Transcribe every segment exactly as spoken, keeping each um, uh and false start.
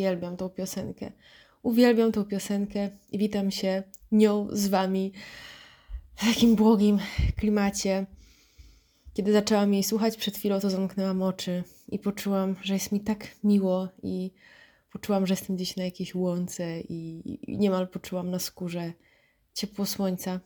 uwielbiam tą piosenkę. Uwielbiam tą piosenkę i witam się nią z wami w takim błogim klimacie. Kiedy zaczęłam jej słuchać przed chwilą, to zamknęłam oczy i poczułam, że jest mi tak miło i poczułam, że jestem gdzieś na jakiejś łące i, i niemal poczułam na skórze ciepło słońca.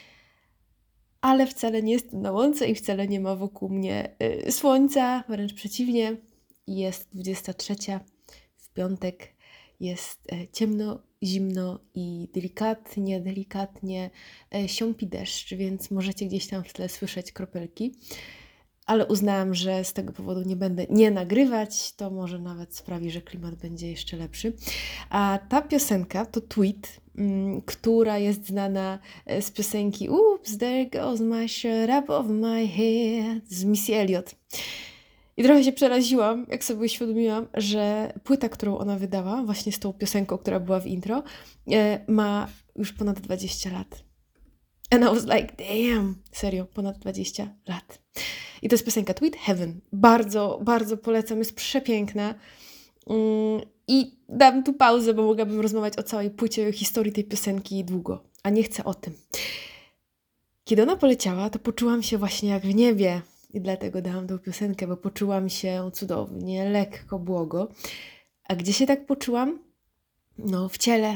Ale wcale nie jestem na łące i wcale nie ma wokół mnie y, słońca, wręcz przeciwnie. Jest dwudziesta trzecia, w piątek jest y, ciemno, zimno i delikatnie, delikatnie y, siąpi deszcz, więc możecie gdzieś tam w tle słyszeć kropelki. Ale uznałam, że z tego powodu nie będę nie nagrywać, to może nawet sprawi, że klimat będzie jeszcze lepszy. A ta piosenka to Tweet, mm, która jest znana z piosenki Oops, there goes my shirt up of my head z Missy Elliott. I trochę się przeraziłam, jak sobie uświadomiłam, że płyta, którą ona wydała, właśnie z tą piosenką, która była w intro, ma już ponad dwadzieścia lat. And I was like, damn, serio, ponad dwadzieścia lat. I to jest piosenka Tweet Heaven. Bardzo, bardzo polecam, jest przepiękna. Mm, I dam tu pauzę, bo mogłabym rozmawiać o całej płycie, o historii tej piosenki długo, a nie chcę o tym. Kiedy ona poleciała, to poczułam się właśnie jak w niebie i dlatego dałam tą piosenkę, bo poczułam się cudownie, lekko, błogo. A gdzie się tak poczułam? No, w ciele.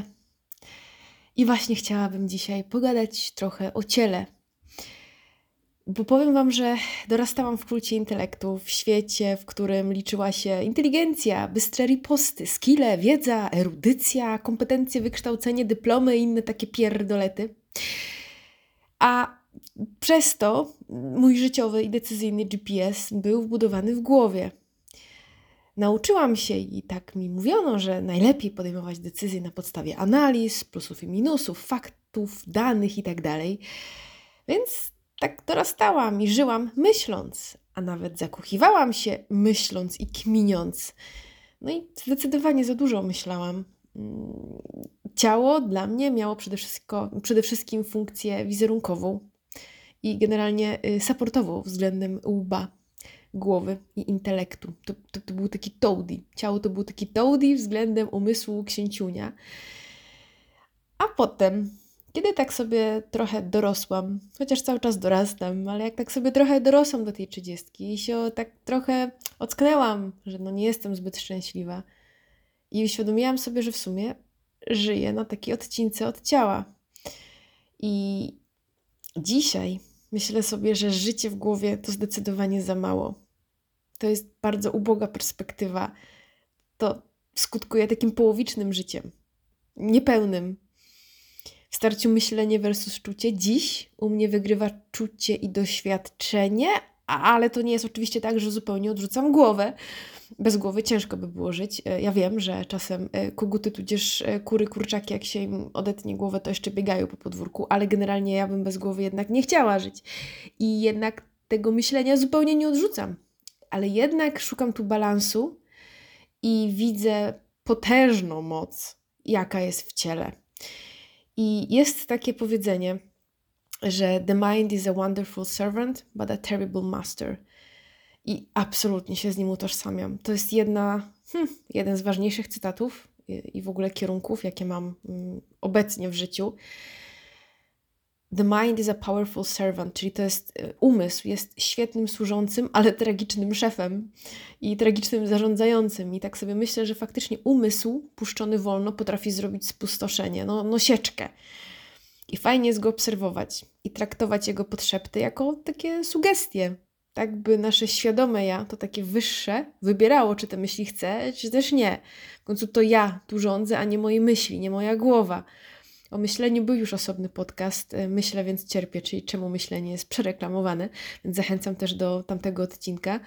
I właśnie chciałabym dzisiaj pogadać trochę o ciele. Bo powiem wam, że dorastałam w kulcie intelektu, w świecie, w którym liczyła się inteligencja, bystre riposty, skille, wiedza, erudycja, kompetencje, wykształcenie, dyplomy i inne takie pierdolety. A przez to mój życiowy i decyzyjny G P S był wbudowany w głowie. Nauczyłam się i tak mi mówiono, że najlepiej podejmować decyzje na podstawie analiz, plusów i minusów, faktów, danych itd. Więc tak dorastałam i żyłam myśląc, a nawet zakochiwałam się myśląc i kminiąc. No i zdecydowanie za dużo myślałam. Ciało dla mnie miało przede wszystkim, przede wszystkim funkcję wizerunkową i generalnie supportową względem łba, głowy i intelektu. To, to, to był taki toady. Ciało to był taki toady względem umysłu księciunia. A potem, kiedy tak sobie trochę dorosłam, chociaż cały czas dorastam, ale jak tak sobie trochę dorosłam do tej trzydziestki i się tak trochę ocknęłam, że no nie jestem zbyt szczęśliwa i uświadomiłam sobie, że w sumie żyję na takiej odcince od ciała. I dzisiaj myślę sobie, że życie w głowie to zdecydowanie za mało. To jest bardzo uboga perspektywa. To skutkuje takim połowicznym życiem, niepełnym. W starciu myślenie versus czucie dziś u mnie wygrywa czucie i doświadczenie, ale to nie jest oczywiście tak, że zupełnie odrzucam głowę. Bez głowy ciężko by było żyć. Ja wiem, że czasem koguty tudzież kury, kurczaki, jak się im odetnie głowę, to jeszcze biegają po podwórku, ale generalnie ja bym bez głowy jednak nie chciała żyć. I jednak tego myślenia zupełnie nie odrzucam. Ale jednak szukam tu balansu i widzę potężną moc, jaka jest w ciele. I jest takie powiedzenie, że the mind is a wonderful servant, but a terrible master. I absolutnie się z nim utożsamiam. To jest jedna, hmm, jeden z ważniejszych cytatów i w ogóle kierunków, jakie mam mm, obecnie w życiu. The mind is a powerful servant, czyli to jest umysł, jest świetnym służącym, ale tragicznym szefem i tragicznym zarządzającym. I tak sobie myślę, że faktycznie umysł puszczony wolno potrafi zrobić spustoszenie, no, no sieczkę. I fajnie jest go obserwować i traktować jego podszepty jako takie sugestie. Tak by nasze świadome ja, to takie wyższe, wybierało, czy te myśli chce, czy też nie. W końcu to ja tu rządzę, a nie moje myśli, nie moja głowa. O myśleniu był już osobny podcast, Myślę, więc cierpię, czyli czemu myślenie jest przereklamowane, więc zachęcam też do tamtego odcinka.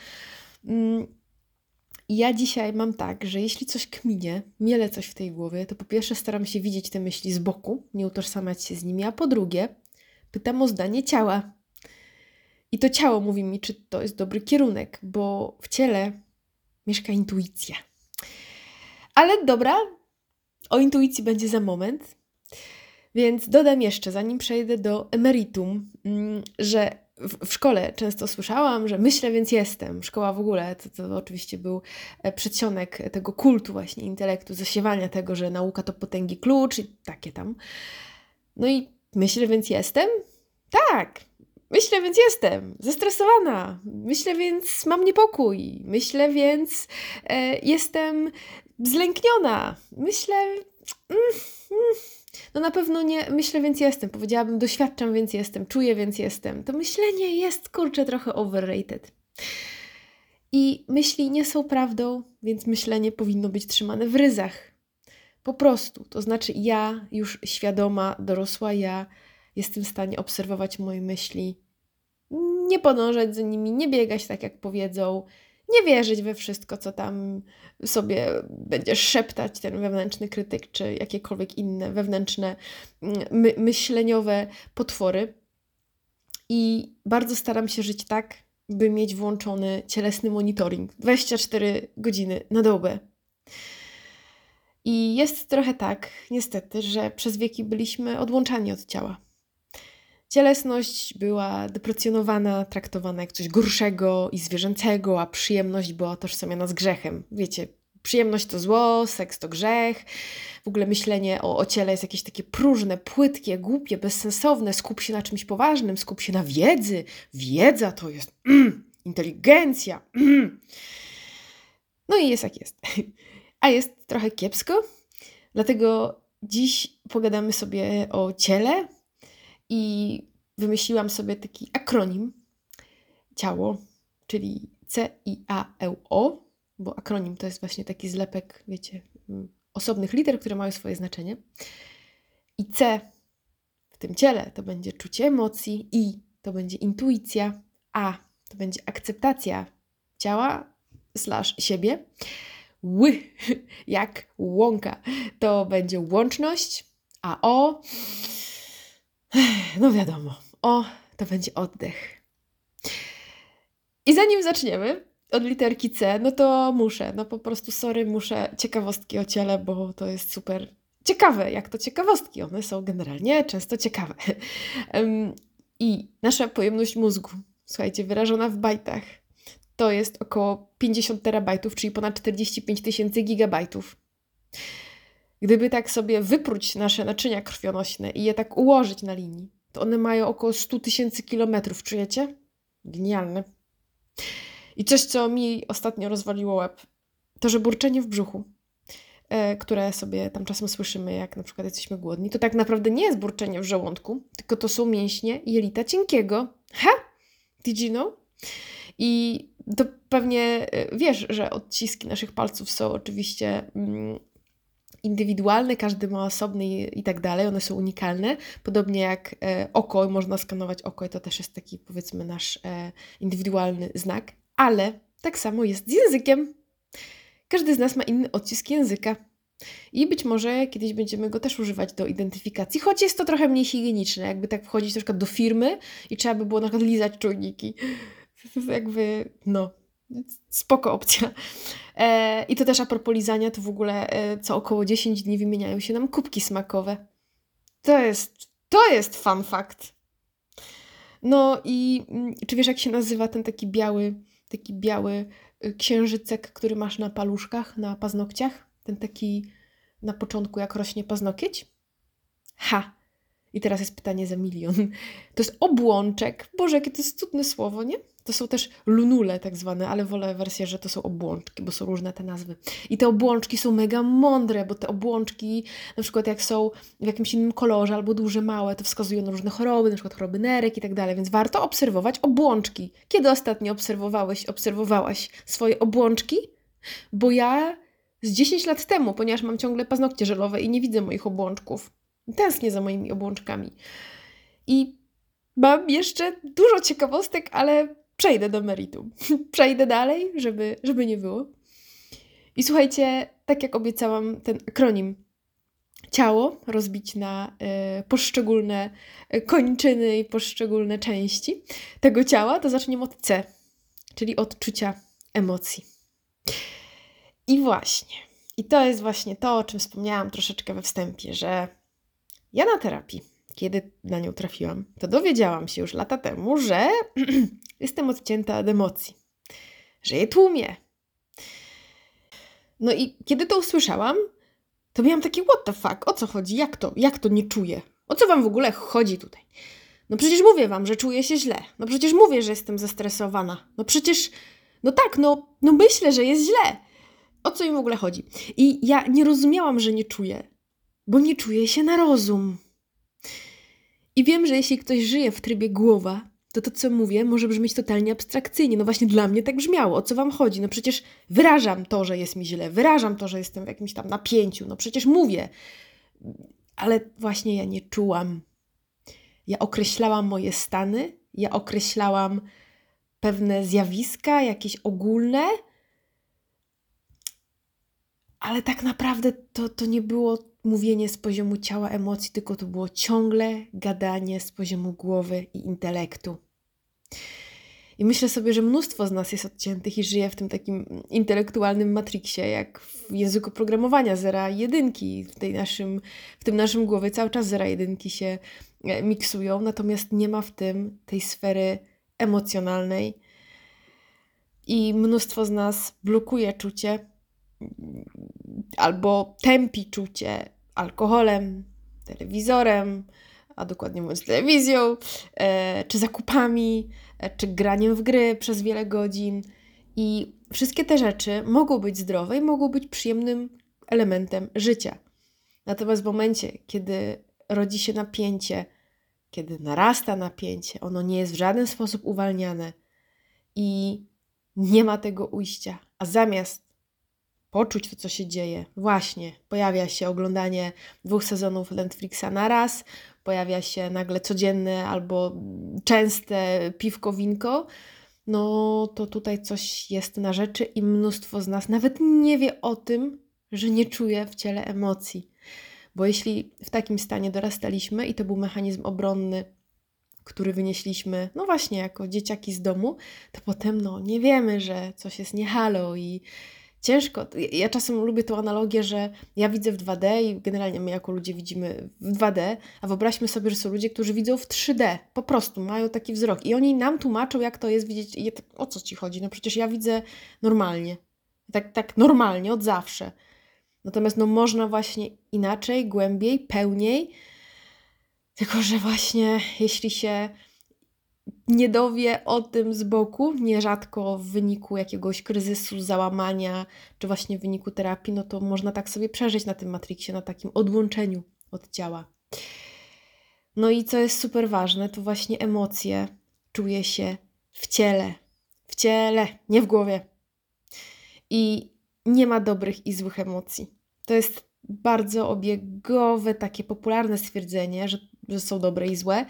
I ja dzisiaj mam tak, że jeśli coś kminie, miele coś w tej głowie, to po pierwsze staram się widzieć te myśli z boku, nie utożsamiać się z nimi, a po drugie pytam o zdanie ciała. I to ciało mówi mi, czy to jest dobry kierunek, bo w ciele mieszka intuicja. Ale dobra, o intuicji będzie za moment. Więc dodam jeszcze, zanim przejdę do emeritum, że w, w szkole często słyszałam, że myślę, więc jestem. Szkoła w ogóle to, to oczywiście był e, przedsionek tego kultu właśnie intelektu, zasiewania tego, że nauka to potęgi klucz i takie tam. No i myślę, więc jestem? Tak, myślę, więc jestem zestresowana. Myślę, więc mam niepokój. Myślę, więc e, jestem zlękniona. Myślę... Mm, mm, no na pewno nie myślę, więc jestem. Powiedziałabym doświadczam, więc jestem. Czuję, więc jestem. To myślenie jest, kurczę, trochę overrated. I myśli nie są prawdą, więc myślenie powinno być trzymane w ryzach. Po prostu. To znaczy ja, już świadoma, dorosła ja, jestem w stanie obserwować moje myśli, nie podążać za nimi, nie biegać tak, jak powiedzą, nie wierzyć we wszystko, co tam sobie będzie szeptać ten wewnętrzny krytyk, czy jakiekolwiek inne wewnętrzne, my- myśleniowe potwory. I bardzo staram się żyć tak, by mieć włączony cielesny monitoring dwadzieścia cztery godziny na dobę. I jest trochę tak, niestety, że przez wieki byliśmy odłączani od ciała. Cielesność była deprecjonowana, traktowana jak coś gorszego i zwierzęcego, a przyjemność była tożsamiana z grzechem. Wiecie, przyjemność to zło, seks to grzech. W ogóle myślenie o, o ciele jest jakieś takie próżne, płytkie, głupie, bezsensowne. Skup się na czymś poważnym, skup się na wiedzy. Wiedza to jest mm, inteligencja. Mm. No i jest jak jest. A jest trochę kiepsko, dlatego dziś pogadamy sobie o ciele i wymyśliłam sobie taki akronim ciało, czyli C I A L O, bo akronim to jest właśnie taki zlepek, wiecie, osobnych liter, które mają swoje znaczenie. I C w tym ciele to będzie czucie emocji, I to będzie intuicja, A to będzie akceptacja ciała slash siebie, Ł jak łąka to będzie łączność, a O no wiadomo, O to będzie oddech. I zanim zaczniemy od literki C, no to muszę, no po prostu sorry, muszę ciekawostki o ciele, bo to jest super ciekawe, jak to ciekawostki, one są generalnie często ciekawe. Um, I nasza pojemność mózgu, słuchajcie, wyrażona w bajtach, to jest około pięćdziesiąt terabajtów, czyli ponad czterdzieści pięć tysięcy gigabajtów. Gdyby tak sobie wypróć nasze naczynia krwionośne i je tak ułożyć na linii, to one mają około sto tysięcy kilometrów, czujecie? Genialne. I coś, co mi ostatnio rozwaliło łeb, to, że burczenie w brzuchu, e, które sobie tam czasem słyszymy, jak na przykład jesteśmy głodni, to tak naprawdę nie jest burczenie w żołądku, tylko to są mięśnie jelita cienkiego. Ha! Did you know? I to pewnie wiesz, że odciski naszych palców są oczywiście mm, indywidualne, każdy ma osobny i, i tak dalej, one są unikalne. Podobnie jak e, oko, można skanować oko i to też jest taki, powiedzmy, nasz e, indywidualny znak. Ale tak samo jest z językiem. Każdy z nas ma inny odcisk języka. I być może kiedyś będziemy go też używać do identyfikacji, choć jest to trochę mniej higieniczne, jakby tak wchodzić na przykład do firmy i trzeba by było na przykład lizać czujniki. To jest jakby, no, spoko opcja. E, I to też a propos lizania, to w ogóle e, co około dziesięć dni wymieniają się nam kubki smakowe. To jest, to jest fun fact. No i mm, czy wiesz, jak się nazywa ten taki biały, taki biały y, księżycek, który masz na paluszkach, na paznokciach? Ten taki na początku, jak rośnie paznokieć? Ha! I teraz jest pytanie za milion. To jest obłączek. Boże, jakie to jest cudne słowo, nie? To są też lunule tak zwane, ale wolę wersję, że to są obłączki, bo są różne te nazwy. I te obłączki są mega mądre, bo te obłączki, na przykład jak są w jakimś innym kolorze albo duże, małe, to wskazują na różne choroby, na przykład choroby nerek i tak dalej, więc warto obserwować obłączki. Kiedy ostatnio obserwowałeś, obserwowałaś swoje obłączki? Bo ja z dziesięć lat temu, ponieważ mam ciągle paznokcie żelowe i nie widzę moich obłączków. Tęsknię za moimi obłączkami. I mam jeszcze dużo ciekawostek, ale przejdę do meritum. Przejdę dalej, żeby, żeby nie było. I słuchajcie, tak jak obiecałam, ten akronim ciało rozbić na y, poszczególne kończyny i poszczególne części tego ciała, to zaczniemy od C, czyli od czucia emocji. I właśnie, i to jest właśnie to, o czym wspomniałam troszeczkę we wstępie, że ja na terapii, kiedy na nią trafiłam, to dowiedziałam się już lata temu, że jestem odcięta od emocji, że je tłumię. No i kiedy to usłyszałam, to miałam takie what the fuck, o co chodzi, jak to, jak to nie czuję? O co wam w ogóle chodzi tutaj? No przecież mówię wam, że czuję się źle. No przecież mówię, że jestem zestresowana. No przecież, no tak, no, no myślę, że jest źle. O co im w ogóle chodzi? I ja nie rozumiałam, że nie czuję, bo nie czuję się na rozum. I wiem, że jeśli ktoś żyje w trybie głowa, to to, co mówię, może brzmieć totalnie abstrakcyjnie. No właśnie dla mnie tak brzmiało. O co wam chodzi? No przecież wyrażam to, że jest mi źle. Wyrażam to, że jestem w jakimś tam napięciu. No przecież mówię. Ale właśnie ja nie czułam. Ja określałam moje stany. Ja określałam pewne zjawiska, jakieś ogólne. Ale tak naprawdę to, to nie było mówienie z poziomu ciała, emocji, tylko to było ciągle gadanie z poziomu głowy i intelektu. I myślę sobie, że mnóstwo z nas jest odciętych i żyje w tym takim intelektualnym matriksie, jak w języku programowania zera i jedynki. W, tej naszym, w tym naszym głowie cały czas zera i jedynki się miksują, natomiast nie ma w tym tej sfery emocjonalnej. I mnóstwo z nas blokuje czucie albo tępi czucie alkoholem, telewizorem, a dokładnie mówiąc telewizją, e, czy zakupami, e, czy graniem w gry przez wiele godzin. I wszystkie te rzeczy mogą być zdrowe i mogą być przyjemnym elementem życia. Natomiast w momencie, kiedy rodzi się napięcie, kiedy narasta napięcie, ono nie jest w żaden sposób uwalniane i nie ma tego ujścia, a zamiast poczuć to, co się dzieje, właśnie pojawia się oglądanie dwóch sezonów Netflixa na raz, pojawia się nagle codzienne albo częste piwko, winko, no to tutaj coś jest na rzeczy i mnóstwo z nas nawet nie wie o tym, że nie czuje w ciele emocji. Bo jeśli w takim stanie dorastaliśmy i to był mechanizm obronny, który wynieśliśmy, no właśnie, jako dzieciaki z domu, to potem no nie wiemy, że coś jest nie halo i ciężko. Ja czasem lubię tą analogię, że ja widzę w dwa D i generalnie my jako ludzie widzimy w dwa D, a wyobraźmy sobie, że są ludzie, którzy widzą w trzy D. Po prostu mają taki wzrok. I oni nam tłumaczą, jak to jest widzieć. I ja tak, o co ci chodzi? No przecież ja widzę normalnie. Tak, tak normalnie, od zawsze. Natomiast no można właśnie inaczej, głębiej, pełniej. Tylko że właśnie jeśli się nie dowie o tym z boku, nierzadko w wyniku jakiegoś kryzysu, załamania, czy właśnie w wyniku terapii, no to można tak sobie przeżyć na tym matriksie, na takim odłączeniu od ciała. No i co jest super ważne, to właśnie emocje czuje się w ciele. W ciele, nie w głowie. I nie ma dobrych i złych emocji. To jest bardzo obiegowe, takie popularne stwierdzenie, że, że są dobre i złe.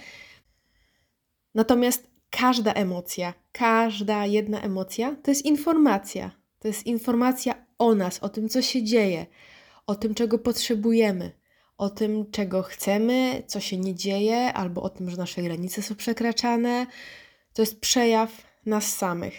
Natomiast każda emocja, każda jedna emocja to jest informacja. To jest informacja o nas, o tym, co się dzieje, o tym, czego potrzebujemy, o tym, czego chcemy, co się nie dzieje, albo o tym, że nasze granice są przekraczane. To jest przejaw nas samych.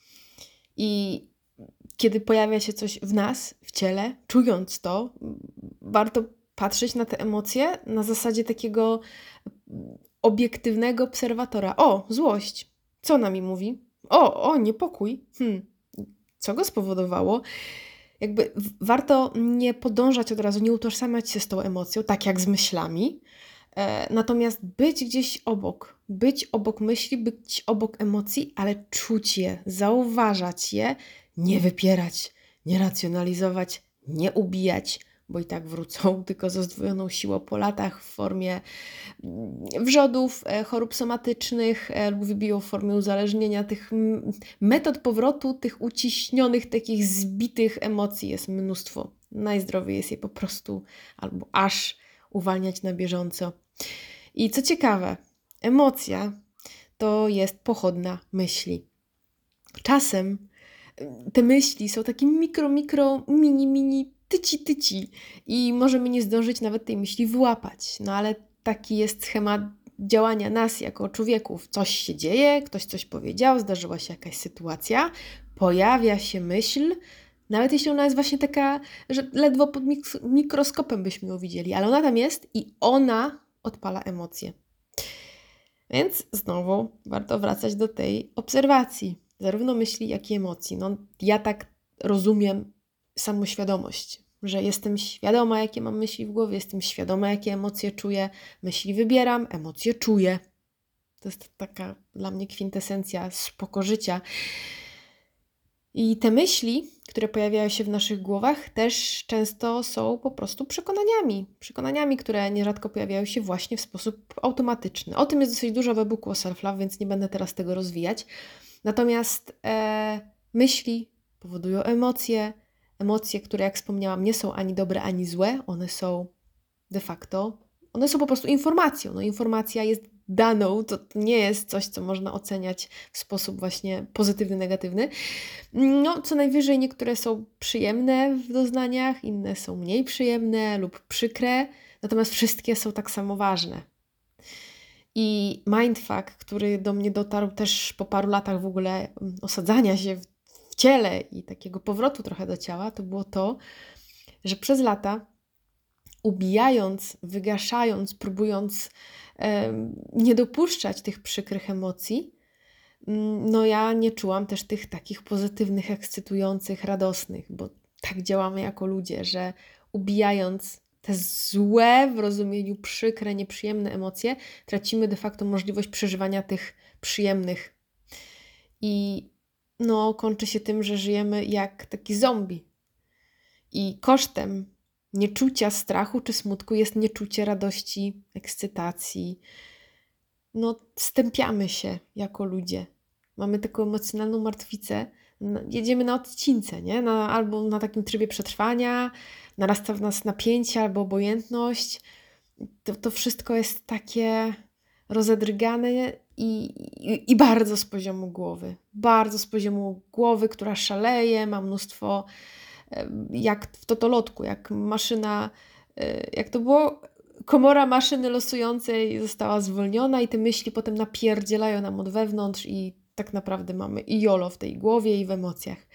I kiedy pojawia się coś w nas, w ciele, czując to, warto patrzeć na te emocje na zasadzie takiego obiektywnego obserwatora. O, złość. Co ona mi mówi? O, o, niepokój. Hmm. Co go spowodowało? Jakby w- warto nie podążać od razu, nie utożsamiać się z tą emocją, tak jak z myślami, e, natomiast być gdzieś obok. Być obok myśli, być obok emocji, ale czuć je, zauważać je, nie wypierać, nie racjonalizować, nie ubijać, bo i tak wrócą, tylko ze zdwojoną siłą po latach w formie wrzodów, e, chorób somatycznych e, lub wybiją w formie uzależnienia. Tych m- metod powrotu, tych uciśnionych, takich zbitych emocji jest mnóstwo. Najzdrowiej jest je po prostu albo aż uwalniać na bieżąco. I co ciekawe, emocja to jest pochodna myśli. Czasem y, te myśli są takie mikro, mikro, mini, mini, tyci, tyci i możemy nie zdążyć nawet tej myśli wyłapać. No ale taki jest schemat działania nas jako człowieków. Coś się dzieje, ktoś coś powiedział, zdarzyła się jakaś sytuacja, pojawia się myśl, nawet jeśli ona jest właśnie taka, że ledwo pod mik- mikroskopem byśmy ją widzieli, ale ona tam jest i ona, odpala emocje. Więc znowu warto wracać do tej obserwacji, zarówno myśli, jak i emocji. No, ja tak rozumiem samoświadomość, że jestem świadoma, jakie mam myśli w głowie, jestem świadoma, jakie emocje czuję, myśli wybieram, emocje czuję. To jest taka dla mnie kwintesencja spoko życia. I te myśli, które pojawiają się w naszych głowach, też często są po prostu przekonaniami. Przekonaniami, które nierzadko pojawiają się właśnie w sposób automatyczny. O tym jest dosyć dużo w e-booku o self-love, więc nie będę teraz tego rozwijać. Natomiast e, myśli powodują emocje. Emocje, które jak wspomniałam, nie są ani dobre, ani złe. One są de facto, one są po prostu informacją. No, informacja jest daną, to nie jest coś, co można oceniać w sposób właśnie pozytywny, negatywny. No, co najwyżej niektóre są przyjemne w doznaniach, inne są mniej przyjemne lub przykre, natomiast wszystkie są tak samo ważne. I mindfuck, który do mnie dotarł też po paru latach w ogóle osadzania się w, w ciele i takiego powrotu trochę do ciała, to było to, że przez lata ubijając, wygaszając, próbując e, nie dopuszczać tych przykrych emocji, no ja nie czułam też tych takich pozytywnych, ekscytujących, radosnych, bo tak działamy jako ludzie, że ubijając te złe, w rozumieniu przykre, nieprzyjemne emocje, tracimy de facto możliwość przeżywania tych przyjemnych. I no, kończy się tym, że żyjemy jak taki zombie. I kosztem nieczucia strachu czy smutku jest nieczucie radości, ekscytacji. No, stępiamy się jako ludzie. Mamy taką emocjonalną martwicę. Jedziemy na odcince, nie? Na, albo na takim trybie przetrwania, narasta w nas napięcie albo obojętność. To, to wszystko jest takie rozedrgane i, i, i bardzo z poziomu głowy. Bardzo z poziomu głowy, która szaleje, ma mnóstwo, jak w totolotku, jak maszyna, jak to było, komora maszyny losującej została zwolniona i te myśli potem napierdzielają nam od wewnątrz i tak naprawdę mamy i jolo w tej głowie i w emocjach.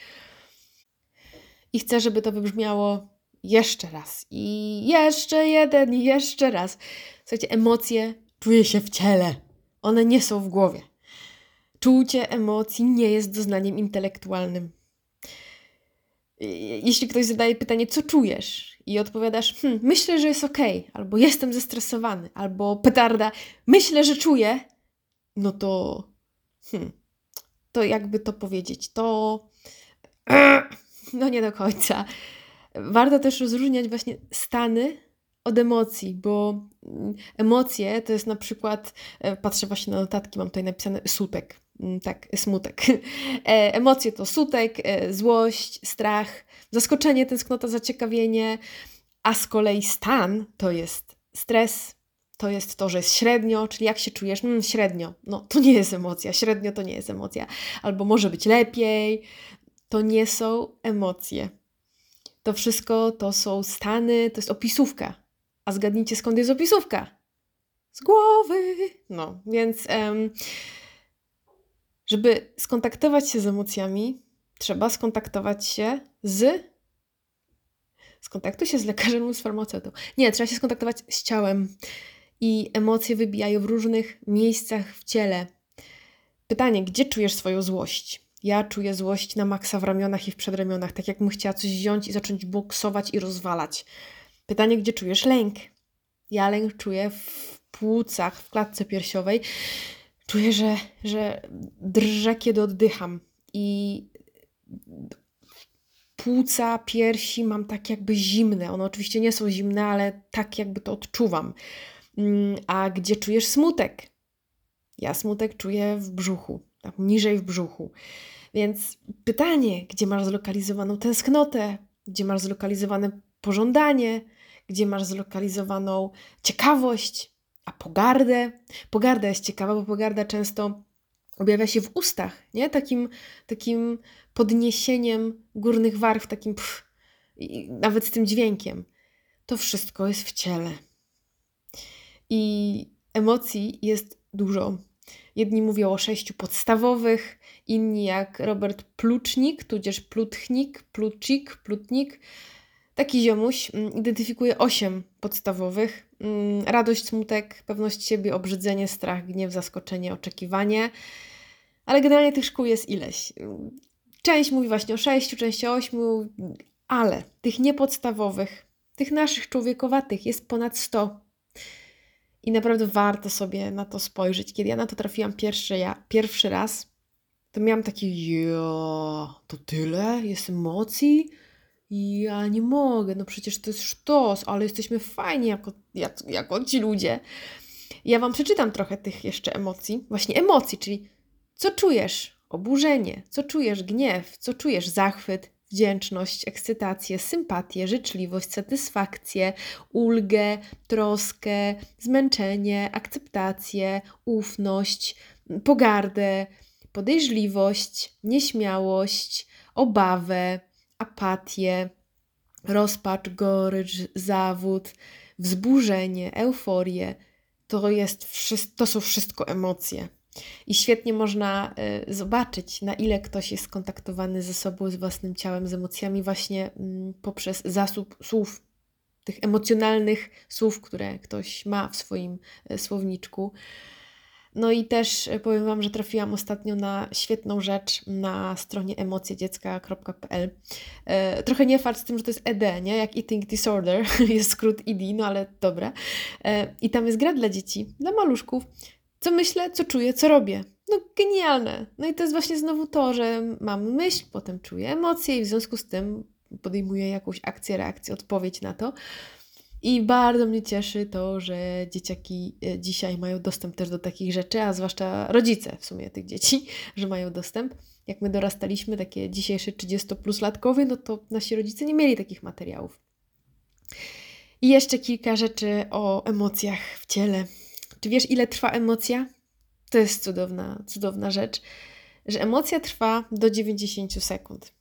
I chcę, żeby to wybrzmiało jeszcze raz i jeszcze jeden i jeszcze raz. Słuchajcie, emocje czuje się w ciele. One nie są w głowie. Czucie emocji nie jest doznaniem intelektualnym. Jeśli ktoś zadaje pytanie, co czujesz? I odpowiadasz, hm, myślę, że jest okej, albo jestem zestresowany, albo petarda, myślę, że czuję, no to hmm, to jakby to powiedzieć, to no nie do końca. Warto też rozróżniać właśnie stany od emocji, bo emocje to jest na przykład, patrzę właśnie na notatki, mam tutaj napisane sutek. Tak, smutek. Emocje to sutek, złość, strach, zaskoczenie, tęsknota, zaciekawienie, a z kolei stan to jest stres, to jest to, że jest średnio, czyli jak się czujesz, mm, średnio, no to nie jest emocja, średnio to nie jest emocja, albo może być lepiej, to nie są emocje. To wszystko to są stany, to jest opisówka. A zgadnijcie, skąd jest opisówka? Z głowy. No, więc... Um, Żeby skontaktować się z emocjami, trzeba skontaktować się z... Skontaktuj się z lekarzem lub z farmaceutą. Nie, trzeba się skontaktować z ciałem. I emocje wybijają w różnych miejscach w ciele. Pytanie, gdzie czujesz swoją złość? Ja czuję złość na maksa w ramionach i w przedramionach, tak jakbym chciała coś wziąć i zacząć boksować i rozwalać. Pytanie, gdzie czujesz lęk? Ja lęk czuję w płucach, w klatce piersiowej. Czuję, że, że drżę, kiedy oddycham i płuca, piersi mam tak jakby zimne. One oczywiście nie są zimne, ale tak jakby to odczuwam. A gdzie czujesz smutek? Ja smutek czuję w brzuchu, tak niżej w brzuchu. Więc pytanie, gdzie masz zlokalizowaną tęsknotę? Gdzie masz zlokalizowane pożądanie? Gdzie masz zlokalizowaną ciekawość? A pogardę? Pogarda jest ciekawa, bo pogarda często objawia się w ustach, nie? Takim, takim podniesieniem górnych warg, takim pff, i nawet z tym dźwiękiem. To wszystko jest w ciele. I emocji jest dużo. Jedni mówią o sześciu podstawowych, inni jak Robert Plucznik, tudzież Plutchnik, Plucik, Plutnik, Taki ziomuś mm, identyfikuje osiem podstawowych. Mm, Radość, smutek, pewność siebie, obrzydzenie, strach, gniew, zaskoczenie, oczekiwanie. Ale generalnie tych szkół jest ileś. Część mówi właśnie o sześciu, część o ośmiu, ale tych niepodstawowych, tych naszych człowiekowatych jest ponad sto. I naprawdę warto sobie na to spojrzeć. Kiedy ja na to trafiłam pierwszy, ja, pierwszy raz, to miałam takie, jo, to tyle? Jest emocji? Ja nie mogę, no przecież to jest sztos, ale jesteśmy fajni jako, jak, jako ci ludzie. Ja Wam przeczytam trochę tych jeszcze emocji. Właśnie emocji, czyli co czujesz? Oburzenie. Co czujesz? Gniew. Co czujesz? Zachwyt, wdzięczność, ekscytację, sympatię, życzliwość, satysfakcję, ulgę, troskę, zmęczenie, akceptację, ufność, pogardę, podejrzliwość, nieśmiałość, obawę, apatię, rozpacz, gorycz, zawód, wzburzenie, euforię. To, jest wszystko, to są wszystko emocje. I świetnie można y, zobaczyć, na ile ktoś jest skontaktowany ze sobą, z własnym ciałem, z emocjami właśnie y, poprzez zasób słów, tych emocjonalnych słów, które ktoś ma w swoim y, słowniczku. No i też powiem Wam, że trafiłam ostatnio na świetną rzecz na stronie emocjedziecka kropka p l. E, trochę nie fart z tym, że to jest E D, nie? Jak Eating Disorder, jest skrót E D, no ale dobra. E, I tam jest gra dla dzieci, dla maluszków. Co myślę, co czuję, co robię. No genialne. No i to jest właśnie znowu to, że mam myśl, potem czuję emocje i w związku z tym podejmuję jakąś akcję, reakcję, odpowiedź na to. I bardzo mnie cieszy to, że dzieciaki dzisiaj mają dostęp też do takich rzeczy, a zwłaszcza rodzice w sumie tych dzieci, że mają dostęp. Jak my dorastaliśmy, takie dzisiejsze trzydziestopluslatkowie, no to nasi rodzice nie mieli takich materiałów. I jeszcze kilka rzeczy o emocjach w ciele. Czy wiesz, ile trwa emocja? To jest cudowna, cudowna rzecz, że emocja trwa do dziewięćdziesiąt sekund.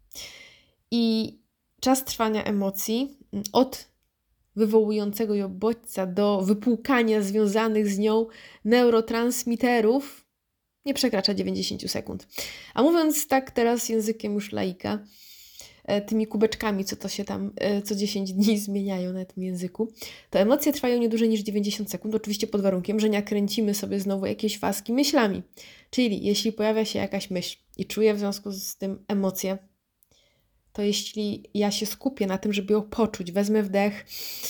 I czas trwania emocji od wywołującego ją bodźca do wypłukania związanych z nią neurotransmiterów nie przekracza dziewięćdziesiąt sekund. A mówiąc tak teraz językiem już laika, tymi kubeczkami, co to się tam co dziesięć dni zmieniają na tym języku, to emocje trwają nie dłużej niż dziewięćdziesiąt sekund, oczywiście pod warunkiem, że nie kręcimy sobie znowu jakieś faski myślami. Czyli jeśli pojawia się jakaś myśl i czuję w związku z tym emocje, to jeśli ja się skupię na tym, żeby ją poczuć, wezmę wdech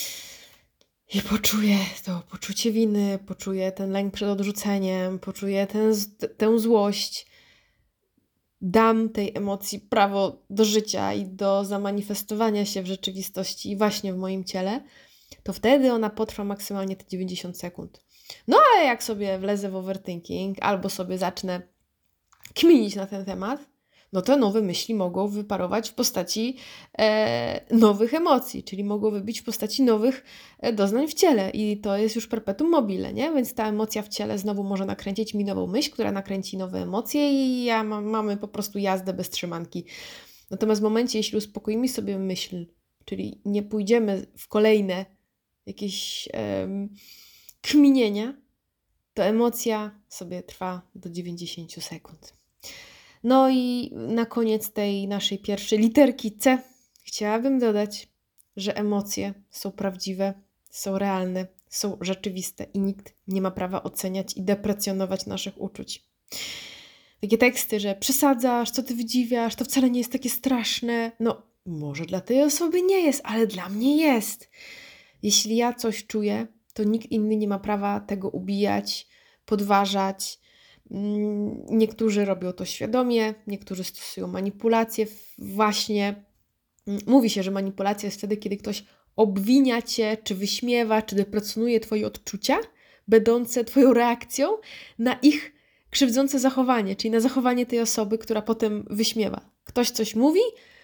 i poczuję to poczucie winy, poczuję ten lęk przed odrzuceniem, poczuję ten, tę złość, dam tej emocji prawo do życia i do zamanifestowania się w rzeczywistości i właśnie w moim ciele, to wtedy ona potrwa maksymalnie te dziewięćdziesiąt sekund. No ale jak sobie wlezę w overthinking albo sobie zacznę kminić na ten temat, no to nowe myśli mogą wyparować w postaci e, nowych emocji, czyli mogą wybić w postaci nowych e, doznań w ciele i to jest już perpetuum mobile, nie? Więc ta emocja w ciele znowu może nakręcić mi nową myśl, która nakręci nowe emocje i ja ma, mamy po prostu jazdę bez trzymanki. Natomiast w momencie, jeśli uspokoimy sobie myśl, czyli nie pójdziemy w kolejne jakieś e, kminienia, to emocja sobie trwa do dziewięćdziesiąt sekund. No i na koniec tej naszej pierwszej literki C chciałabym dodać, że emocje są prawdziwe, są realne, są rzeczywiste i nikt nie ma prawa oceniać i deprecjonować naszych uczuć. Takie teksty, że przesadzasz, co ty wydziwiasz, to wcale nie jest takie straszne. No, może dla tej osoby nie jest, ale dla mnie jest. Jeśli ja coś czuję, to nikt inny nie ma prawa tego ubijać, podważać. Niektórzy robią to świadomie, niektórzy stosują manipulacje. Właśnie mówi się, że manipulacja jest wtedy, kiedy ktoś obwinia cię, czy wyśmiewa, czy deprecjonuje twoje odczucia, będące twoją reakcją na ich krzywdzące zachowanie, czyli na zachowanie tej osoby, która potem wyśmiewa. Ktoś coś mówi,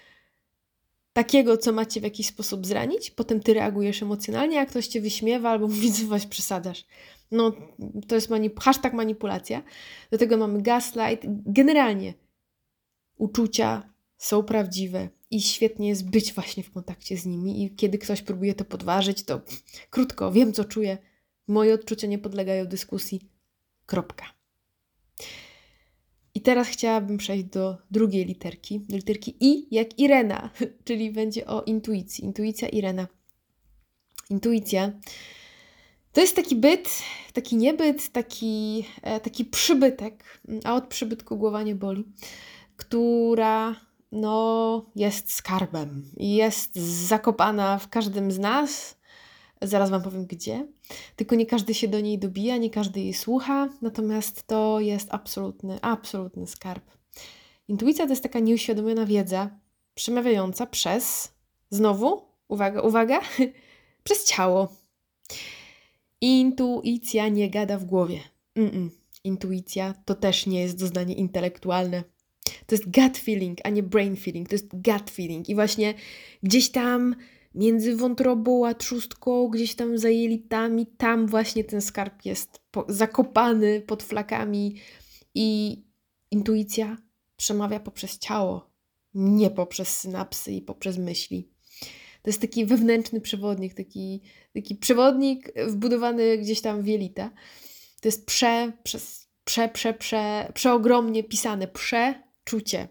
takiego, co ma cię w jakiś sposób zranić, potem ty reagujesz emocjonalnie, a ktoś cię wyśmiewa albo mówi, że właśnie przesadzasz. No, to jest manip- hashtag manipulacja. Do tego mamy gaslight. Generalnie uczucia są prawdziwe i świetnie jest być właśnie w kontakcie z nimi i kiedy ktoś próbuje to podważyć, to krótko, wiem co czuję, moje odczucia nie podlegają dyskusji. Kropka. I teraz chciałabym przejść do drugiej literki, do literki I jak Irena, czyli będzie o intuicji. Intuicja Irena. Intuicja to jest taki byt, taki niebyt, taki, e, taki przybytek, a od przybytku głowa nie boli, która no, jest skarbem i jest zakopana w każdym z nas. Zaraz Wam powiem gdzie. Tylko nie każdy się do niej dobija, nie każdy jej słucha, natomiast to jest absolutny, absolutny skarb. Intuicja to jest taka nieuświadomiona wiedza przemawiająca przez, znowu, uwaga, uwaga, przez ciało. Intuicja nie gada w głowie. Mm-mm. Intuicja to też nie jest doznanie intelektualne. To jest gut feeling, a nie brain feeling. To jest gut feeling. I właśnie gdzieś tam między wątrobą a trzustką, gdzieś tam za jelitami, tam właśnie ten skarb jest po- zakopany pod flakami i intuicja przemawia poprzez ciało, nie poprzez synapsy i poprzez myśli. To jest taki wewnętrzny przewodnik, taki, taki przewodnik wbudowany gdzieś tam w jelita. To jest prze, przez, prze, prze, prze, przeogromnie pisane przeczucie.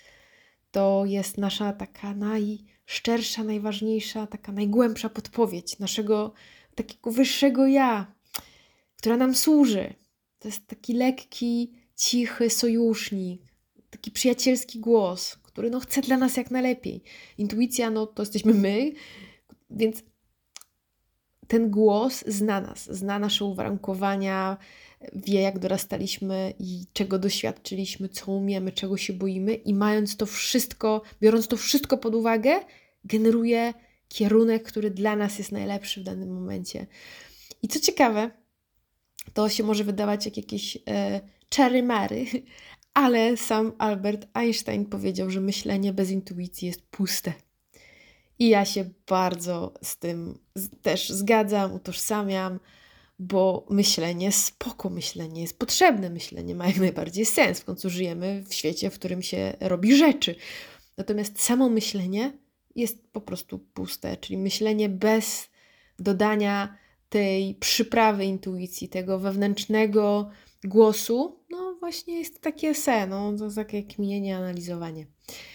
To jest nasza taka najszczersza, najważniejsza, taka najgłębsza podpowiedź naszego takiego wyższego ja, która nam służy. To jest taki lekki, cichy sojusznik, taki przyjacielski głos, który no, chce dla nas jak najlepiej. Intuicja, no to jesteśmy my, więc ten głos zna nas, zna nasze uwarunkowania, wie jak dorastaliśmy i czego doświadczyliśmy, co umiemy, czego się boimy i mając to wszystko, biorąc to wszystko pod uwagę, generuje kierunek, który dla nas jest najlepszy w danym momencie. I co ciekawe, to się może wydawać jak jakieś e, czary-mary, ale sam Albert Einstein powiedział, że myślenie bez intuicji jest puste. I ja się bardzo z tym też zgadzam, utożsamiam, bo myślenie, spoko myślenie, jest potrzebne myślenie, ma jak najbardziej sens. W końcu żyjemy w świecie, w którym się robi rzeczy. Natomiast samo myślenie jest po prostu puste, czyli myślenie bez dodania tej przyprawy intuicji, tego wewnętrznego głosu, no właśnie jest takie se, no to takie kminienie, analizowanie.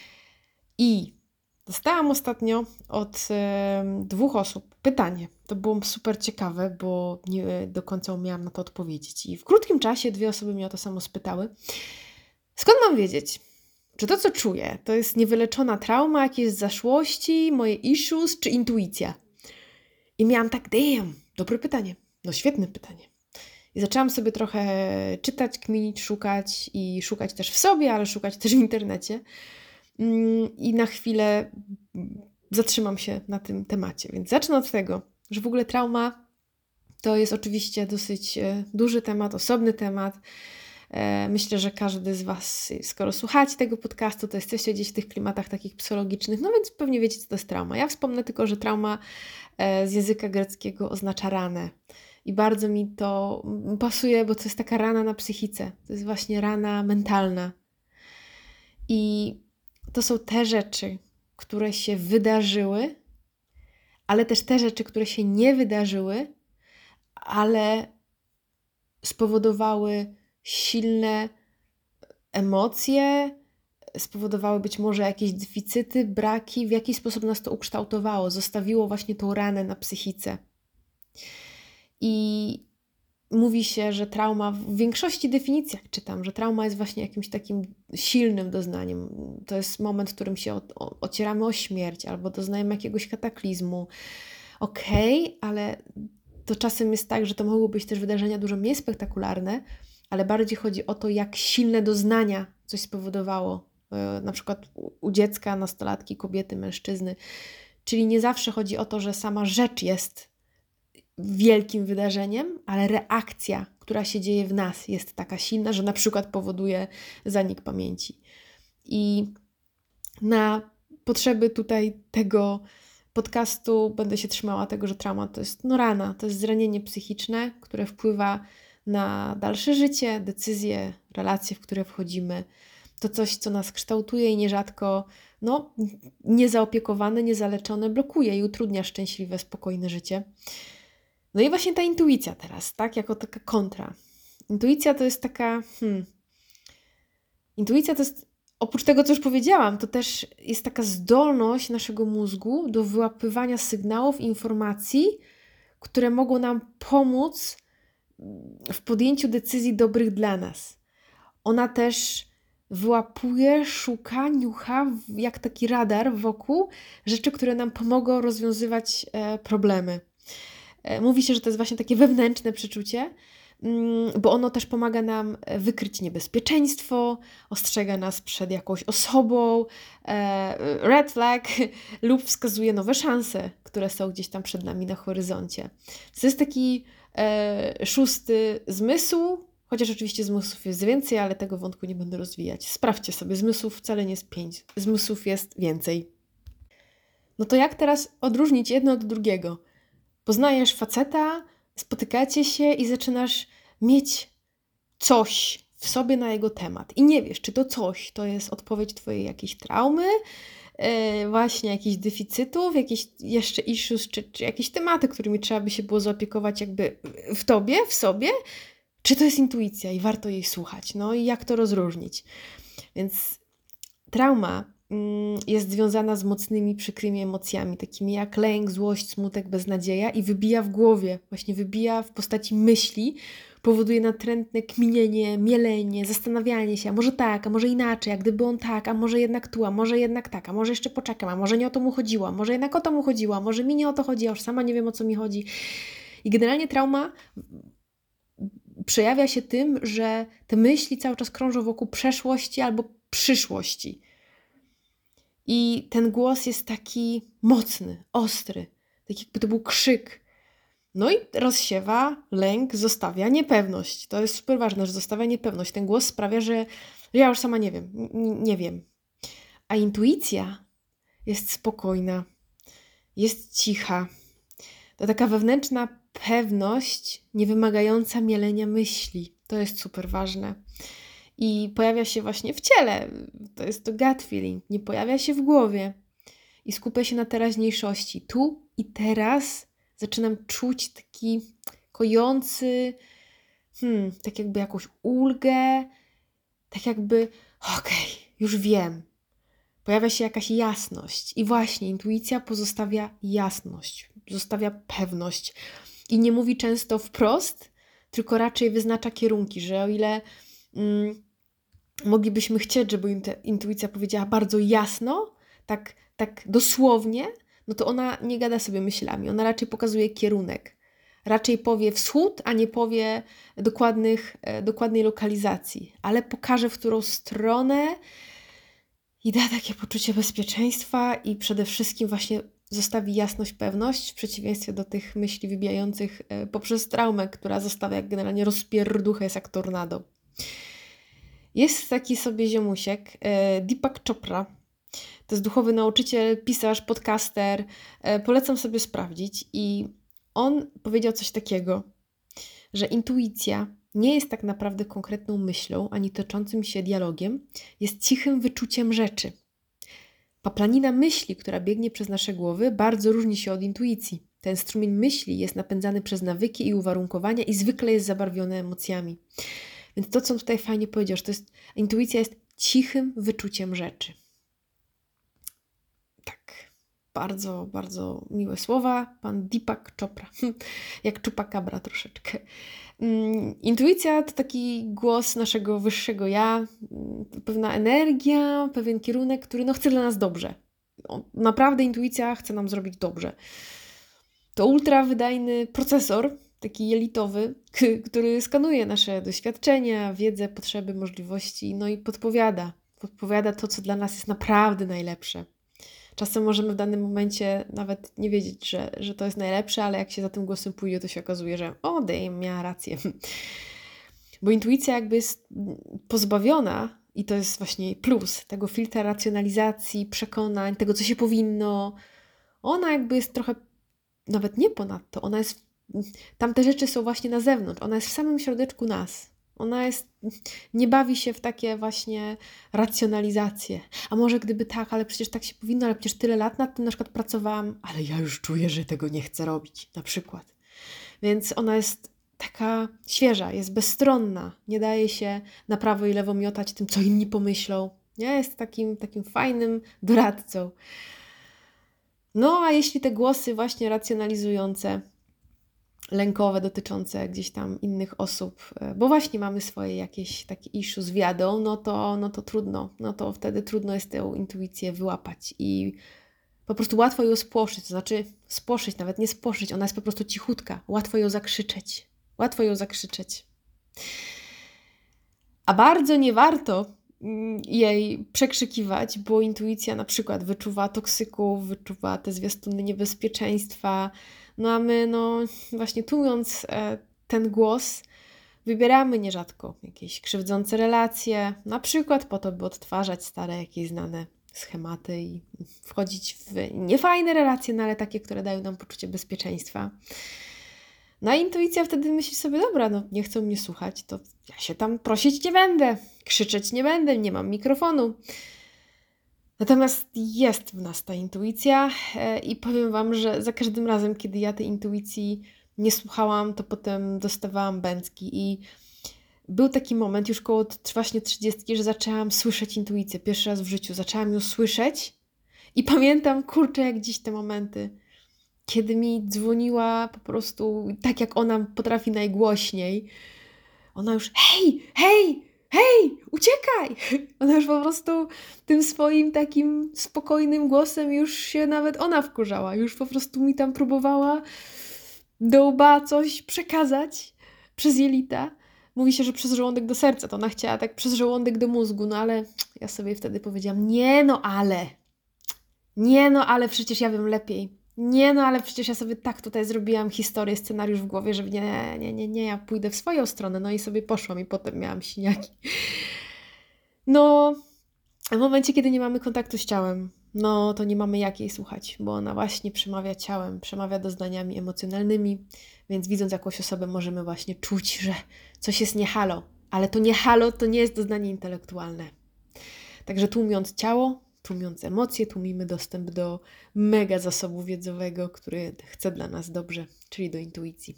I dostałam ostatnio od e, dwóch osób pytanie. To było super ciekawe, bo nie do końca umiałam na to odpowiedzieć. I w krótkim czasie dwie osoby mnie o to samo spytały. Skąd mam wiedzieć, czy to, co czuję, to jest niewyleczona trauma, jakieś zaszłości, moje issues, czy intuicja? I miałam tak, damn, dobre pytanie. No świetne pytanie. I zaczęłam sobie trochę czytać, kminić, szukać i szukać też w sobie, ale szukać też w internecie. I na chwilę zatrzymam się na tym temacie. Więc zacznę od tego, że w ogóle trauma to jest oczywiście dosyć duży temat, osobny temat. Myślę, że każdy z Was, skoro słuchacie tego podcastu, to jesteście gdzieś w tych klimatach takich psychologicznych, no więc pewnie wiecie, co to jest trauma. Ja wspomnę tylko, że trauma z języka greckiego oznacza ranę. I bardzo mi to pasuje, bo to jest taka rana na psychice. To jest właśnie rana mentalna. I to są te rzeczy, które się wydarzyły, ale też te rzeczy, które się nie wydarzyły, ale spowodowały silne emocje, spowodowały być może jakieś deficyty, braki, w jaki sposób nas to ukształtowało, zostawiło właśnie tą ranę na psychice. I mówi się, że trauma, w większości definicjach czytam, że trauma jest właśnie jakimś takim silnym doznaniem. To jest moment, w którym się o, o, ocieramy o śmierć albo doznajemy jakiegoś kataklizmu. Okej, okay, ale to czasem jest tak, że to mogą być też wydarzenia dużo mniej spektakularne, ale bardziej chodzi o to, jak silne doznania coś spowodowało. Yy, na przykład u, u dziecka, nastolatki, kobiety, mężczyzny. Czyli nie zawsze chodzi o to, że sama rzecz jest wielkim wydarzeniem, ale reakcja, która się dzieje w nas, jest taka silna, że na przykład powoduje zanik pamięci. I na potrzeby tutaj tego podcastu będę się trzymała tego, że trauma to jest no rana, to jest zranienie psychiczne, które wpływa na dalsze życie, decyzje, relacje, w które wchodzimy. To coś, co nas kształtuje i nierzadko no, niezaopiekowane, niezaleczone blokuje i utrudnia szczęśliwe, spokojne życie. No i właśnie ta intuicja teraz, tak? Jako taka kontra. Intuicja to jest taka, hmm, Intuicja to jest, oprócz tego, co już powiedziałam, to też jest taka zdolność naszego mózgu do wyłapywania sygnałów i informacji, które mogą nam pomóc w podjęciu decyzji dobrych dla nas. Ona też wyłapuje, szuka, niucha, jak taki radar wokół rzeczy, które nam pomogą rozwiązywać e, problemy. E, mówi się, że to jest właśnie takie wewnętrzne przeczucie, mm, bo ono też pomaga nam wykryć niebezpieczeństwo, ostrzega nas przed jakąś osobą, e, red flag lub wskazuje nowe szanse, które są gdzieś tam przed nami na horyzoncie. To jest taki e, szósty zmysł, chociaż oczywiście zmysłów jest więcej, ale tego wątku nie będę rozwijać. Sprawdźcie sobie, zmysłów wcale nie jest pięć, zmysłów jest więcej. No to jak teraz odróżnić jedno od drugiego? Poznajesz faceta, spotykacie się i zaczynasz mieć coś w sobie na jego temat. I nie wiesz, czy to coś to jest odpowiedź twojej jakiejś traumy, yy, właśnie jakichś deficytów, jakieś jeszcze issues, czy, czy jakieś tematy, którymi trzeba by się było zaopiekować jakby w tobie, w sobie, czy to jest intuicja i warto jej słuchać. No i jak to rozróżnić? Więc trauma mm, jest związana z mocnymi, przykrymi emocjami, takimi jak lęk, złość, smutek, beznadzieja i wybija w głowie, właśnie wybija w postaci myśli, powoduje natrętne kminienie, mielenie, zastanawianie się, a może tak, a może inaczej, a gdyby on tak, a może jednak tu, a może jednak tak, a może jeszcze poczekam, a może nie o to mu chodziło, a może jednak o to mu chodziło, a może mi nie o to chodzi, a już sama nie wiem, o co mi chodzi. I generalnie trauma przejawia się tym, że te myśli cały czas krążą wokół przeszłości albo przyszłości. I ten głos jest taki mocny, ostry, tak jakby to był krzyk. No i rozsiewa lęk, zostawia niepewność. To jest super ważne, że zostawia niepewność. Ten głos sprawia, że ja już sama nie wiem, n- nie wiem. A intuicja jest spokojna, jest cicha. To taka wewnętrzna pewność, nie wymagająca mielenia myśli. To jest super ważne. I pojawia się właśnie w ciele. To jest to gut feeling. Nie pojawia się w głowie. I skupia się na teraźniejszości. Tu i teraz zaczynam czuć taki kojący, hmm, tak jakby jakąś ulgę, tak jakby okej, okay, już wiem. Pojawia się jakaś jasność. I właśnie intuicja pozostawia jasność, zostawia pewność. I nie mówi często wprost, tylko raczej wyznacza kierunki, że o ile mm, moglibyśmy chcieć, żeby intuicja powiedziała bardzo jasno, tak, tak dosłownie, no to ona nie gada sobie myślami, ona raczej pokazuje kierunek. Raczej powie wschód, a nie powie dokładnych, e, dokładnej lokalizacji, ale pokaże, w którą stronę i da takie poczucie bezpieczeństwa i przede wszystkim właśnie zostawi jasność, pewność w przeciwieństwie do tych myśli wybijających e, poprzez traumę, która zostawia jak generalnie rozpierduchę, jest jak tornado. Jest taki sobie ziomusiek, e, Deepak Chopra. To jest duchowy nauczyciel, pisarz, podcaster. E, polecam sobie sprawdzić. I on powiedział coś takiego, że intuicja nie jest tak naprawdę konkretną myślą, ani toczącym się dialogiem, jest cichym wyczuciem rzeczy. Paplanina myśli, która biegnie przez nasze głowy, bardzo różni się od intuicji. Ten strumień myśli jest napędzany przez nawyki i uwarunkowania i zwykle jest zabarwiony emocjami. Więc to, co on tutaj fajnie powiedział, że to jest, intuicja jest cichym wyczuciem rzeczy. Tak, bardzo, bardzo miłe słowa. Pan Deepak Chopra, jak Chupacabra troszeczkę. Intuicja to taki głos naszego wyższego ja, pewna energia, pewien kierunek, który no, chce dla nas dobrze. Naprawdę intuicja chce nam zrobić dobrze. To ultrawydajny procesor, taki jelitowy, k- który skanuje nasze doświadczenia, wiedzę, potrzeby, możliwości, no i podpowiada. Podpowiada to, co dla nas jest naprawdę najlepsze. Czasem możemy w danym momencie nawet nie wiedzieć, że, że to jest najlepsze, ale jak się za tym głosem pójdzie, to się okazuje, że o, damn, miała rację. Bo intuicja jakby jest pozbawiona, i to jest właśnie plus, tego filtra racjonalizacji, przekonań, tego, co się powinno. Ona jakby jest trochę nawet nie ponadto, ona jest, tamte rzeczy są właśnie na zewnątrz, ona jest w samym środeczku nas. Ona jest, nie bawi się w takie właśnie racjonalizacje. A może gdyby tak, ale przecież tak się powinno, ale przecież tyle lat nad tym na przykład pracowałam, ale ja już czuję, że tego nie chcę robić, na przykład. Więc ona jest taka świeża, jest bezstronna, nie daje się na prawo i lewo miotać tym, co inni pomyślą. Nie? Jest takim, takim fajnym doradcą. No a jeśli te głosy właśnie racjonalizujące, lękowe, dotyczące gdzieś tam innych osób, bo właśnie mamy swoje jakieś takie issue z wiadą, no to, no to trudno, no to wtedy trudno jest tę intuicję wyłapać i po prostu łatwo ją spłoszyć, to znaczy spłoszyć, nawet nie spłoszyć, ona jest po prostu cichutka, łatwo ją zakrzyczeć, łatwo ją zakrzyczeć. A bardzo nie warto jej przekrzykiwać, bo intuicja na przykład wyczuwa toksyków, wyczuwa te zwiastuny niebezpieczeństwa, no a my no właśnie tłumiąc e, ten głos wybieramy nierzadko jakieś krzywdzące relacje, na przykład po to, by odtwarzać stare jakieś znane schematy i wchodzić w niefajne relacje, no ale takie, które dają nam poczucie bezpieczeństwa. No a intuicja wtedy myśli sobie, dobra, no nie chcą mnie słuchać, to ja się tam prosić nie będę, krzyczeć nie będę, nie mam mikrofonu. Natomiast jest w nas ta intuicja e, i powiem Wam, że za każdym razem, kiedy ja tej intuicji nie słuchałam, to potem dostawałam bęcki i był taki moment już koło właśnie trzydziestki, że zaczęłam słyszeć intuicję. Pierwszy raz w życiu zaczęłam ją słyszeć i pamiętam, kurczę, jak dziś te momenty, kiedy mi dzwoniła po prostu tak, jak ona potrafi najgłośniej. Ona już hej, hej, hej, uciekaj! Ona już po prostu tym swoim takim spokojnym głosem już się nawet ona wkurzała. Już po prostu mi tam próbowała do łba coś przekazać przez jelita. Mówi się, że przez żołądek do serca, to ona chciała tak przez żołądek do mózgu, no ale ja sobie wtedy powiedziałam, nie no ale, nie no ale przecież ja wiem lepiej. Nie no, ale przecież ja sobie tak tutaj zrobiłam historię, scenariusz w głowie, że nie, nie, nie, nie, ja pójdę w swoją stronę. No i sobie poszłam i potem miałam siniaki. No, w momencie, kiedy nie mamy kontaktu z ciałem, no to nie mamy jak jej słuchać, bo ona właśnie przemawia ciałem, przemawia doznaniami emocjonalnymi, więc widząc jakąś osobę możemy właśnie czuć, że coś jest nie halo, ale to nie halo to nie jest doznanie intelektualne. Także tłumiąc ciało, tłumiąc emocje, tłumimy dostęp do mega zasobu wiedzowego, który chce dla nas dobrze, czyli do intuicji.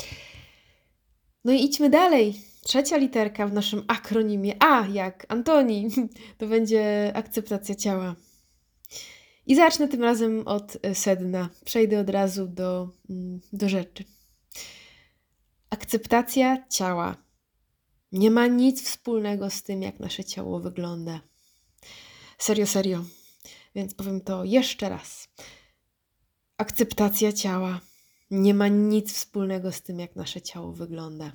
No i idźmy dalej. Trzecia literka w naszym akronimie A, jak Antoni, to będzie akceptacja ciała. I zacznę tym razem od sedna. Przejdę od razu do, do rzeczy. Akceptacja ciała nie ma nic wspólnego z tym, jak nasze ciało wygląda. Serio, serio. Więc powiem to jeszcze raz. Akceptacja ciała nie ma nic wspólnego z tym, jak nasze ciało wygląda.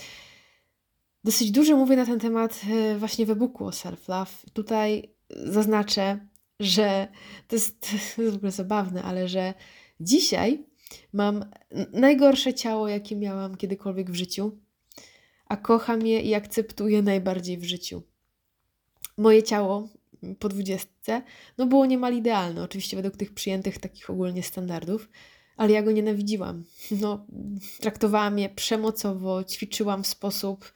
Dosyć dużo mówię na ten temat właśnie w e-booku o self-love. Tutaj zaznaczę, że to jest, to jest w ogóle zabawne, ale że dzisiaj mam najgorsze ciało, jakie miałam kiedykolwiek w życiu, a kocham je i akceptuję najbardziej w życiu. Moje ciało po dwudziestce, no było niemal idealne, oczywiście według tych przyjętych takich ogólnie standardów, ale ja go nienawidziłam. No, traktowałam je przemocowo, ćwiczyłam w sposób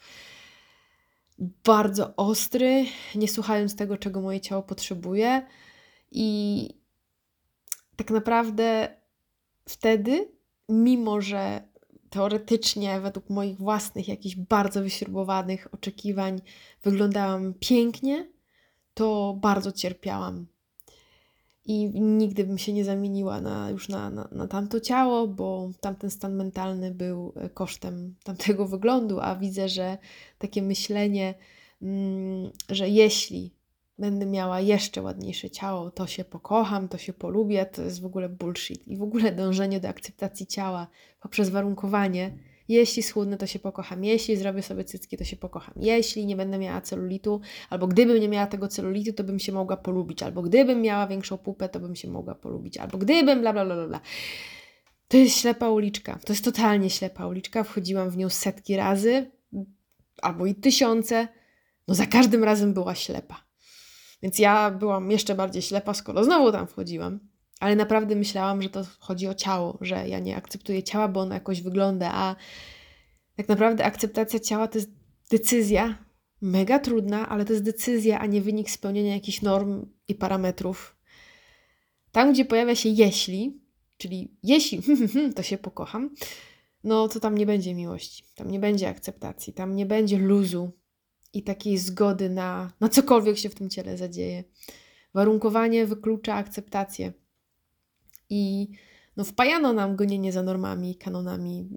bardzo ostry, nie słuchając tego, czego moje ciało potrzebuje i tak naprawdę wtedy, mimo że teoretycznie według moich własnych jakichś bardzo wyśrubowanych oczekiwań wyglądałam pięknie, to bardzo cierpiałam. I nigdy bym się nie zamieniła na, już na, na, na tamto ciało, bo tamten stan mentalny był kosztem tamtego wyglądu, a widzę, że takie myślenie, mm, że jeśli będę miała jeszcze ładniejsze ciało, to się pokocham, to się polubię, to jest w ogóle bullshit. I w ogóle dążenie do akceptacji ciała poprzez warunkowanie, jeśli schudnę, to się pokocham, jeśli zrobię sobie cycki, to się pokocham, jeśli nie będę miała celulitu, albo gdybym nie miała tego celulitu, to bym się mogła polubić, albo gdybym miała większą pupę, to bym się mogła polubić, albo gdybym bla bla bla bla. To jest ślepa uliczka, to jest totalnie ślepa uliczka, wchodziłam w nią setki razy, albo i tysiące, no za każdym razem była ślepa. Więc ja byłam jeszcze bardziej ślepa, skoro znowu tam wchodziłam. Ale naprawdę myślałam, że to chodzi o ciało, że ja nie akceptuję ciała, bo ono jakoś wygląda, a tak naprawdę akceptacja ciała to jest decyzja, mega trudna, ale to jest decyzja, a nie wynik spełnienia jakichś norm i parametrów. Tam, gdzie pojawia się jeśli, czyli jeśli, to się pokocham, no to tam nie będzie miłości, tam nie będzie akceptacji, tam nie będzie luzu i takiej zgody na, na cokolwiek się w tym ciele zadzieje. Warunkowanie wyklucza akceptację. I no wpajano nam gonienie za normami, kanonami,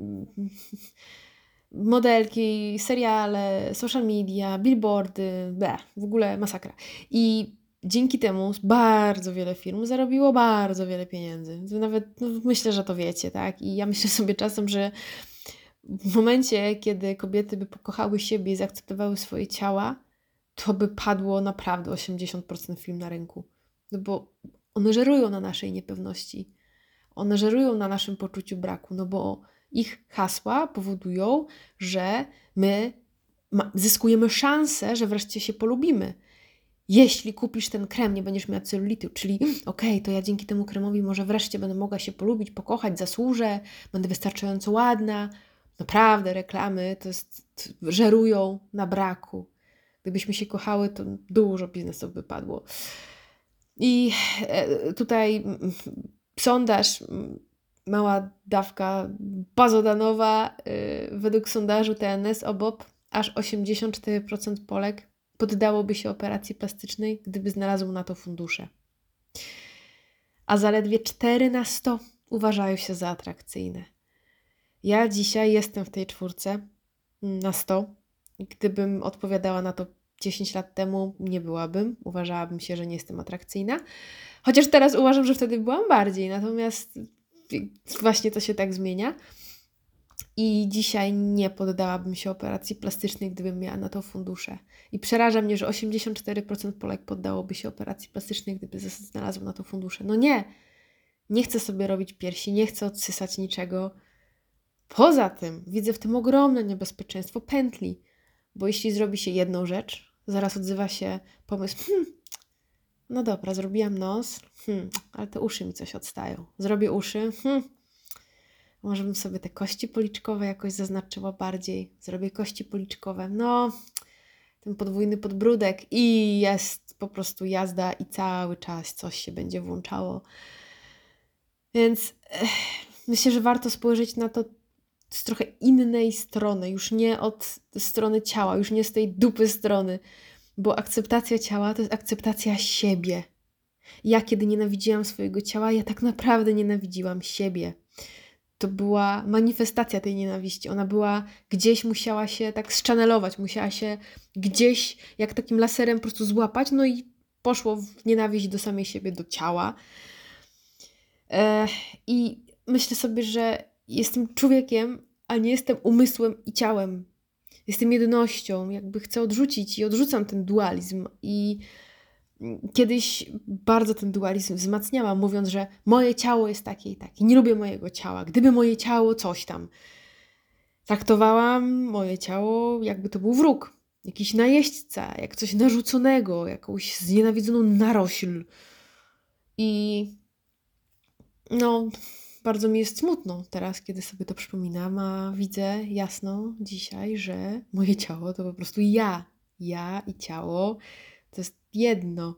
modelki, seriale, social media, billboardy, bleh, w ogóle masakra. I dzięki temu bardzo wiele firm zarobiło bardzo wiele pieniędzy. Nawet no, myślę, że to wiecie, tak? I ja myślę sobie czasem, że w momencie, kiedy kobiety by pokochały siebie i zaakceptowały swoje ciała, to by padło naprawdę osiemdziesiąt procent firm na rynku. No bo one żerują na naszej niepewności. One żerują na naszym poczuciu braku, no bo ich hasła powodują, że my ma- zyskujemy szansę, że wreszcie się polubimy. Jeśli kupisz ten krem, nie będziesz miała celulitu, czyli okej, okay, to ja dzięki temu kremowi może wreszcie będę mogła się polubić, pokochać, zasłużę, będę wystarczająco ładna. Naprawdę reklamy to jest, żerują na braku. Gdybyśmy się kochały, to dużo biznesów by padło. I tutaj sondaż, mała dawka bazodanowa, według sondażu T N S O B O P aż osiemdziesiąt cztery procent Polek poddałoby się operacji plastycznej, gdyby znalazł na to fundusze. A zaledwie cztery na sto uważają się za atrakcyjne. Ja dzisiaj jestem w tej czwórce na sto. Gdybym odpowiadała na to dziesięć lat temu, nie byłabym. Uważałabym się, że nie jestem atrakcyjna. Chociaż teraz uważam, że wtedy byłam bardziej. Natomiast właśnie to się tak zmienia. I dzisiaj nie poddałabym się operacji plastycznej, gdybym miała na to fundusze. I przeraża mnie, że osiemdziesiąt cztery procent Polek poddałoby się operacji plastycznej, gdyby znalazło na to fundusze. No nie! Nie chcę sobie robić piersi, nie chcę odsysać niczego. Poza tym widzę w tym ogromne niebezpieczeństwo pętli. Bo jeśli zrobi się jedną rzecz, zaraz odzywa się pomysł, hmm, no dobra, zrobiłam nos, hmm, ale te uszy mi coś odstają. Zrobię uszy, hmm, może bym sobie te kości policzkowe jakoś zaznaczyła bardziej. Zrobię kości policzkowe, no, ten podwójny podbródek i jest po prostu jazda i cały czas coś się będzie włączało. Więc ech, myślę, że warto spojrzeć na to z trochę innej strony, już nie od strony ciała, już nie z tej dupy strony, bo akceptacja ciała to jest akceptacja siebie. Ja kiedy nienawidziłam swojego ciała, ja tak naprawdę nienawidziłam siebie. To była manifestacja tej nienawiści. Ona była gdzieś, musiała się tak zchannelować, musiała się gdzieś jak takim laserem po prostu złapać, no i poszło w nienawiść do samej siebie, do ciała. Ech, I myślę sobie, że jestem człowiekiem, a nie jestem umysłem i ciałem. Jestem jednością, jakby chcę odrzucić i odrzucam ten dualizm. I kiedyś bardzo ten dualizm wzmacniałam, mówiąc, że moje ciało jest takie i takie. Nie lubię mojego ciała. Gdyby moje ciało coś tam. Traktowałam moje ciało, jakby to był wróg. Jakiś najeźdźca, jak coś narzuconego, jakąś znienawidzoną narośl. I no... Bardzo mi jest smutno teraz, kiedy sobie to przypominam, a widzę jasno dzisiaj, że moje ciało to po prostu ja. Ja i ciało to jest jedno.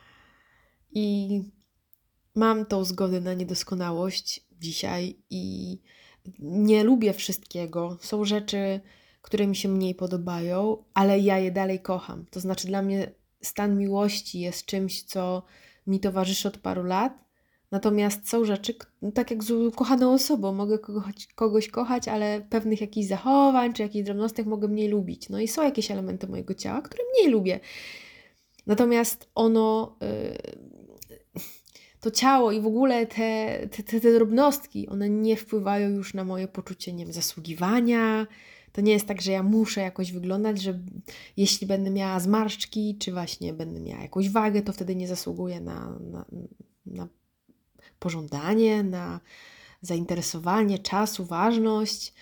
I mam tą zgodę na niedoskonałość dzisiaj i nie lubię wszystkiego. Są rzeczy, które mi się mniej podobają, ale ja je dalej kocham. To znaczy dla mnie stan miłości jest czymś, co mi towarzyszy od paru lat. Natomiast są rzeczy, tak jak z ukochaną osobą, mogę kogoś, kogoś kochać, ale pewnych jakichś zachowań czy jakichś drobnostek mogę mniej lubić. No i są jakieś elementy mojego ciała, które mniej lubię. Natomiast ono, yy, to ciało i w ogóle te, te, te, te drobnostki, one nie wpływają już na moje poczucie, nie wiem, zasługiwania. To nie jest tak, że ja muszę jakoś wyglądać, że jeśli będę miała zmarszczki, czy właśnie będę miała jakąś wagę, to wtedy nie zasługuję na, na, na pożądanie, na zainteresowanie, czas, uważność.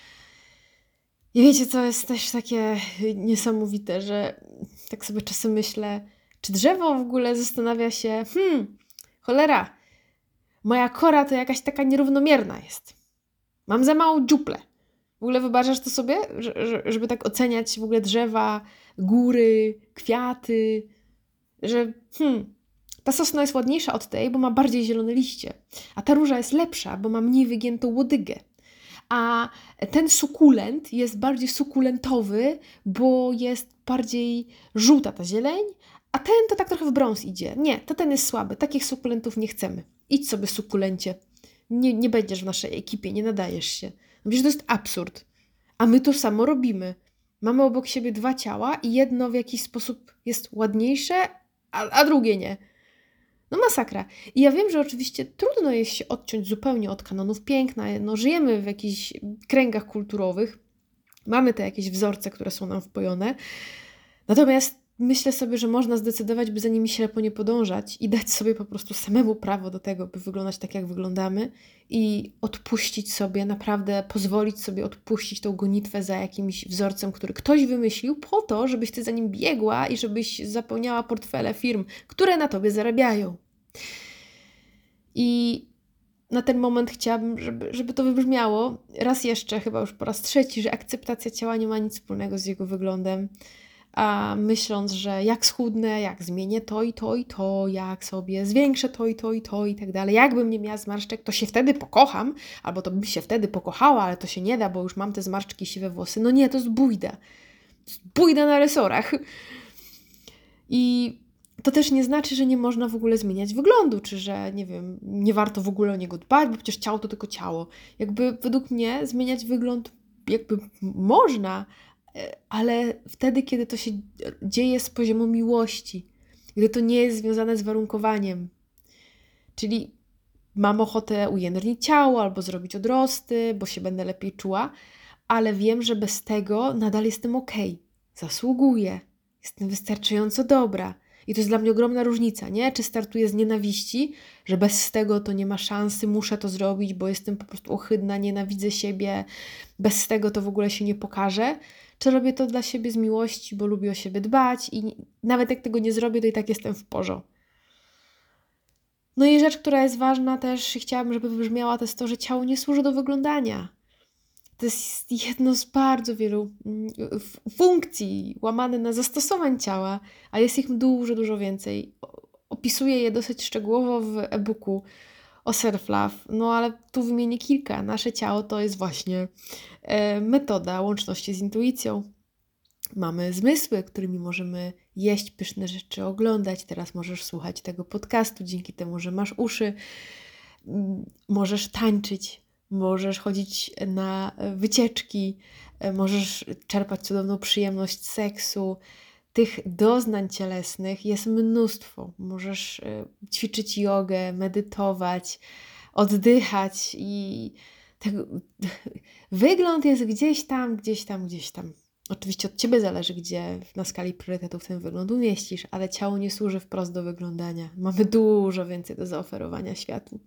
I wiecie, co jest też takie niesamowite, że tak sobie czasem myślę, czy drzewo w ogóle zastanawia się, hmm, cholera, moja kora to jakaś taka nierównomierna jest. Mam za małą dziuplę. W ogóle wyobrażasz to sobie, że, żeby tak oceniać w ogóle drzewa, góry, kwiaty, że hmm, ta sosna jest ładniejsza od tej, bo ma bardziej zielone liście, a ta róża jest lepsza, bo ma mniej wygiętą łodygę. a ten sukulent jest bardziej sukulentowy, bo jest bardziej żółta ta zieleń, a ten to tak trochę w brąz idzie. Nie, to ten jest słaby. Takich sukulentów nie chcemy. Idź sobie, sukulencie. Nie, nie będziesz w naszej ekipie, nie nadajesz się. No przecież to jest absurd. A my to samo robimy. Mamy obok siebie dwa ciała i jedno w jakiś sposób jest ładniejsze, a, a drugie nie. No masakra. I ja wiem, że oczywiście trudno jest się odciąć zupełnie od kanonów piękna. No, żyjemy w jakichś kręgach kulturowych. Mamy te jakieś wzorce, które są nam wpojone. Natomiast myślę sobie, że można zdecydować, by za nimi ślepo nie podążać i dać sobie po prostu samemu prawo do tego, by wyglądać tak, jak wyglądamy i odpuścić sobie, naprawdę pozwolić sobie odpuścić tą gonitwę za jakimś wzorcem, który ktoś wymyślił po to, żebyś ty za nim biegła i żebyś zapełniała portfele firm, które na tobie zarabiają. I na ten moment chciałabym, żeby, żeby to wybrzmiało raz jeszcze, chyba już po raz trzeci, że akceptacja ciała nie ma nic wspólnego z jego wyglądem. A myśląc, że jak schudnę, jak zmienię to i to i to, jak sobie zwiększę to i to i to i tak dalej, jakbym nie miała zmarszczek, to się wtedy pokocham, albo to bym się wtedy pokochała, ale to się nie da, bo już mam te zmarszczki, siwe włosy. No nie, to jest bójda. To jest bójda na resorach. I to też nie znaczy, że nie można w ogóle zmieniać wyglądu, czy że, nie wiem, nie warto w ogóle o niego dbać, bo przecież ciało to tylko ciało. Jakby według mnie zmieniać wygląd jakby można, ale wtedy, kiedy to się dzieje z poziomu miłości, gdy to nie jest związane z warunkowaniem. Czyli mam ochotę ujędrnić ciało albo zrobić odrosty, bo się będę lepiej czuła, ale wiem, że bez tego nadal jestem okej. Zasługuję. Jestem wystarczająco dobra. I to jest dla mnie ogromna różnica, nie? Czy startuję z nienawiści, że bez tego to nie ma szansy, muszę to zrobić, bo jestem po prostu ohydna, nienawidzę siebie, bez tego to w ogóle się nie pokażę. Czy robię to dla siebie z miłości, bo lubię o siebie dbać i nawet jak tego nie zrobię, to i tak jestem w porządku. No i rzecz, która jest ważna też i chciałabym, żeby wybrzmiała, to jest to, że ciało nie służy do wyglądania. To jest jedno z bardzo wielu funkcji łamane na zastosowań ciała, a jest ich dużo, dużo więcej. Opisuję je dosyć szczegółowo w e-booku o self-love, no ale tu wymienię kilka. Nasze ciało to jest właśnie e, metoda łączności z intuicją. Mamy zmysły, którymi możemy jeść pyszne rzeczy, oglądać. Teraz możesz słuchać tego podcastu dzięki temu, że masz uszy. Możesz tańczyć, możesz chodzić na wycieczki, możesz czerpać cudowną przyjemność z seksu. Tych doznań cielesnych jest mnóstwo. Możesz ćwiczyć jogę, medytować, oddychać i tego... wygląd jest gdzieś tam, gdzieś tam, gdzieś tam. Oczywiście od Ciebie zależy, gdzie na skali priorytetów ten wygląd umieścisz, ale ciało nie służy wprost do wyglądania. Mamy dużo więcej do zaoferowania światu.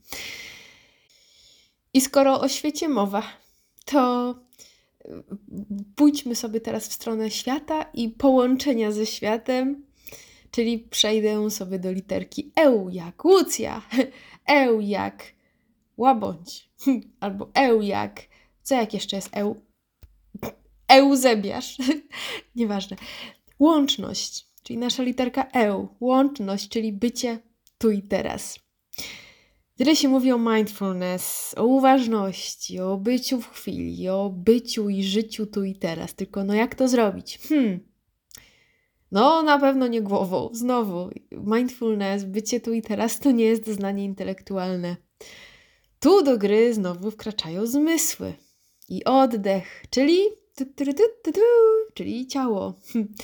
I skoro o świecie mowa, to pójdźmy sobie teraz w stronę świata i połączenia ze światem, czyli przejdę sobie do literki EU jak Łucja, EU jak Łabądź, albo EU jak... Co jak jeszcze jest EU? Eusebiasz. Nieważne. Łączność, czyli nasza literka EU. Łączność, czyli bycie tu i teraz. Tyle się mówi o mindfulness, o uważności, o byciu w chwili, o byciu i życiu tu i teraz. Tylko no jak to zrobić? Hmm. No na pewno nie głową. Znowu, mindfulness, bycie tu i teraz to nie jest znanie intelektualne. Tu do gry znowu wkraczają zmysły i oddech, czyli tu, tu, tu, tu, tu, czyli ciało.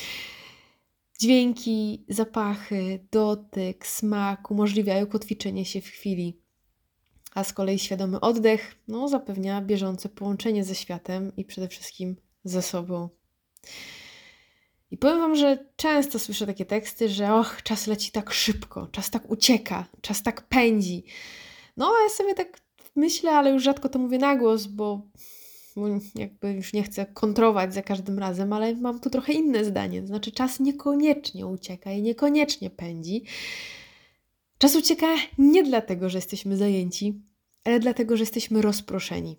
Dźwięki, zapachy, dotyk, smak umożliwiają kotwiczenie się w chwili. A z kolei świadomy oddech no, zapewnia bieżące połączenie ze światem i przede wszystkim ze sobą. I powiem Wam, że często słyszę takie teksty, że och, czas leci tak szybko, czas tak ucieka, czas tak pędzi. No a ja sobie tak myślę, ale już rzadko to mówię na głos, bo jakby już nie chcę kontrować za każdym razem, ale mam tu trochę inne zdanie. To znaczy czas niekoniecznie ucieka i niekoniecznie pędzi. Czas ucieka nie dlatego, że jesteśmy zajęci, ale dlatego, że jesteśmy rozproszeni.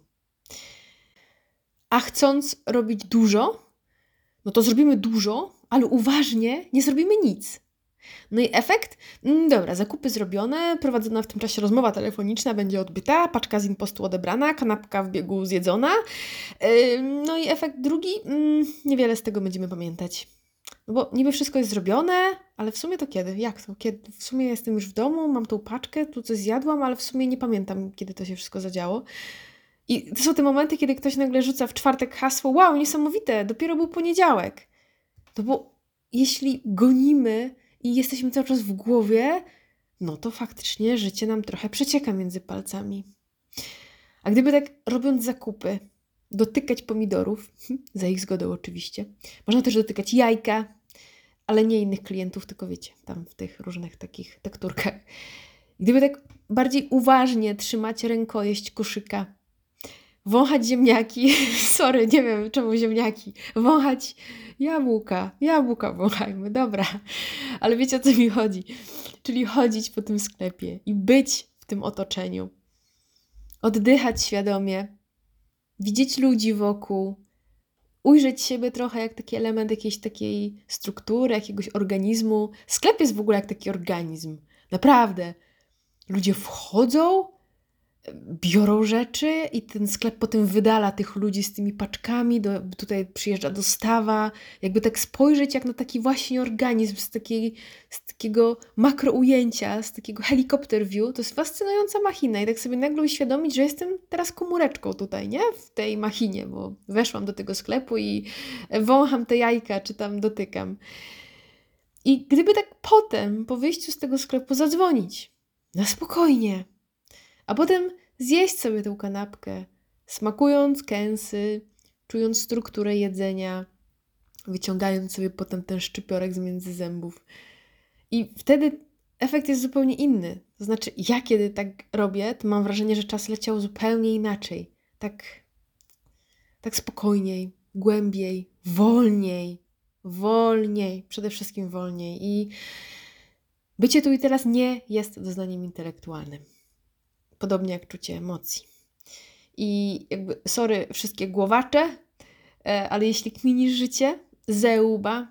A chcąc robić dużo, no to zrobimy dużo, ale uważnie nie zrobimy nic. No i efekt? Mm, Dobra, zakupy zrobione, prowadzona w tym czasie rozmowa telefoniczna będzie odbyta, paczka z impostu odebrana, kanapka w biegu zjedzona. Ym, No i efekt drugi, mm, niewiele z tego będziemy pamiętać. No bo niby wszystko jest zrobione, ale w sumie to kiedy? Jak to? Kiedy? W sumie jestem już w domu, mam tą paczkę, tu coś zjadłam, ale w sumie nie pamiętam, kiedy to się wszystko zadziało. I to są te momenty, kiedy ktoś nagle rzuca w czwartek hasło, wow, niesamowite, dopiero był poniedziałek. No bo jeśli gonimy i jesteśmy cały czas w głowie, no to faktycznie życie nam trochę przecieka między palcami. A gdyby tak robiąc zakupy, dotykać pomidorów, za ich zgodą oczywiście, można też dotykać jajka, ale nie innych klientów, tylko wiecie, tam w tych różnych takich tekturkach. Gdyby tak bardziej uważnie trzymać rękojeść koszyka, wąchać ziemniaki, sorry, nie wiem czemu ziemniaki, wąchać jabłka, jabłka wąchajmy, dobra, ale wiecie o co mi chodzi, czyli chodzić po tym sklepie i być w tym otoczeniu, oddychać świadomie, widzieć ludzi wokół, ujrzeć siebie trochę jak taki element jakiejś takiej struktury, jakiegoś organizmu. Sklep jest w ogóle jak taki organizm, naprawdę. Ludzie wchodzą, biorą rzeczy i ten sklep potem wydala tych ludzi z tymi paczkami, do, tutaj przyjeżdża dostawa, jakby tak spojrzeć jak na taki właśnie organizm z, takiej, z takiego makro ujęcia, z takiego helikopter view, to jest fascynująca machina i tak sobie nagle uświadomić, że jestem teraz komóreczką tutaj, nie? W tej machinie, bo weszłam do tego sklepu i wącham te jajka, czy tam dotykam. I gdyby tak potem, po wyjściu z tego sklepu zadzwonić, na spokojnie, a potem zjeść sobie tę kanapkę, smakując kęsy, czując strukturę jedzenia, wyciągając sobie potem ten szczypiorek z między zębów. I wtedy efekt jest zupełnie inny. To znaczy, ja kiedy tak robię, to mam wrażenie, że czas leciał zupełnie inaczej. Tak, tak spokojniej, głębiej, wolniej, wolniej, przede wszystkim wolniej. I bycie tu i teraz nie jest doznaniem intelektualnym. Podobnie jak czucie emocji. I jakby, sorry, wszystkie głowacze, ale jeśli kminisz życie ze łba,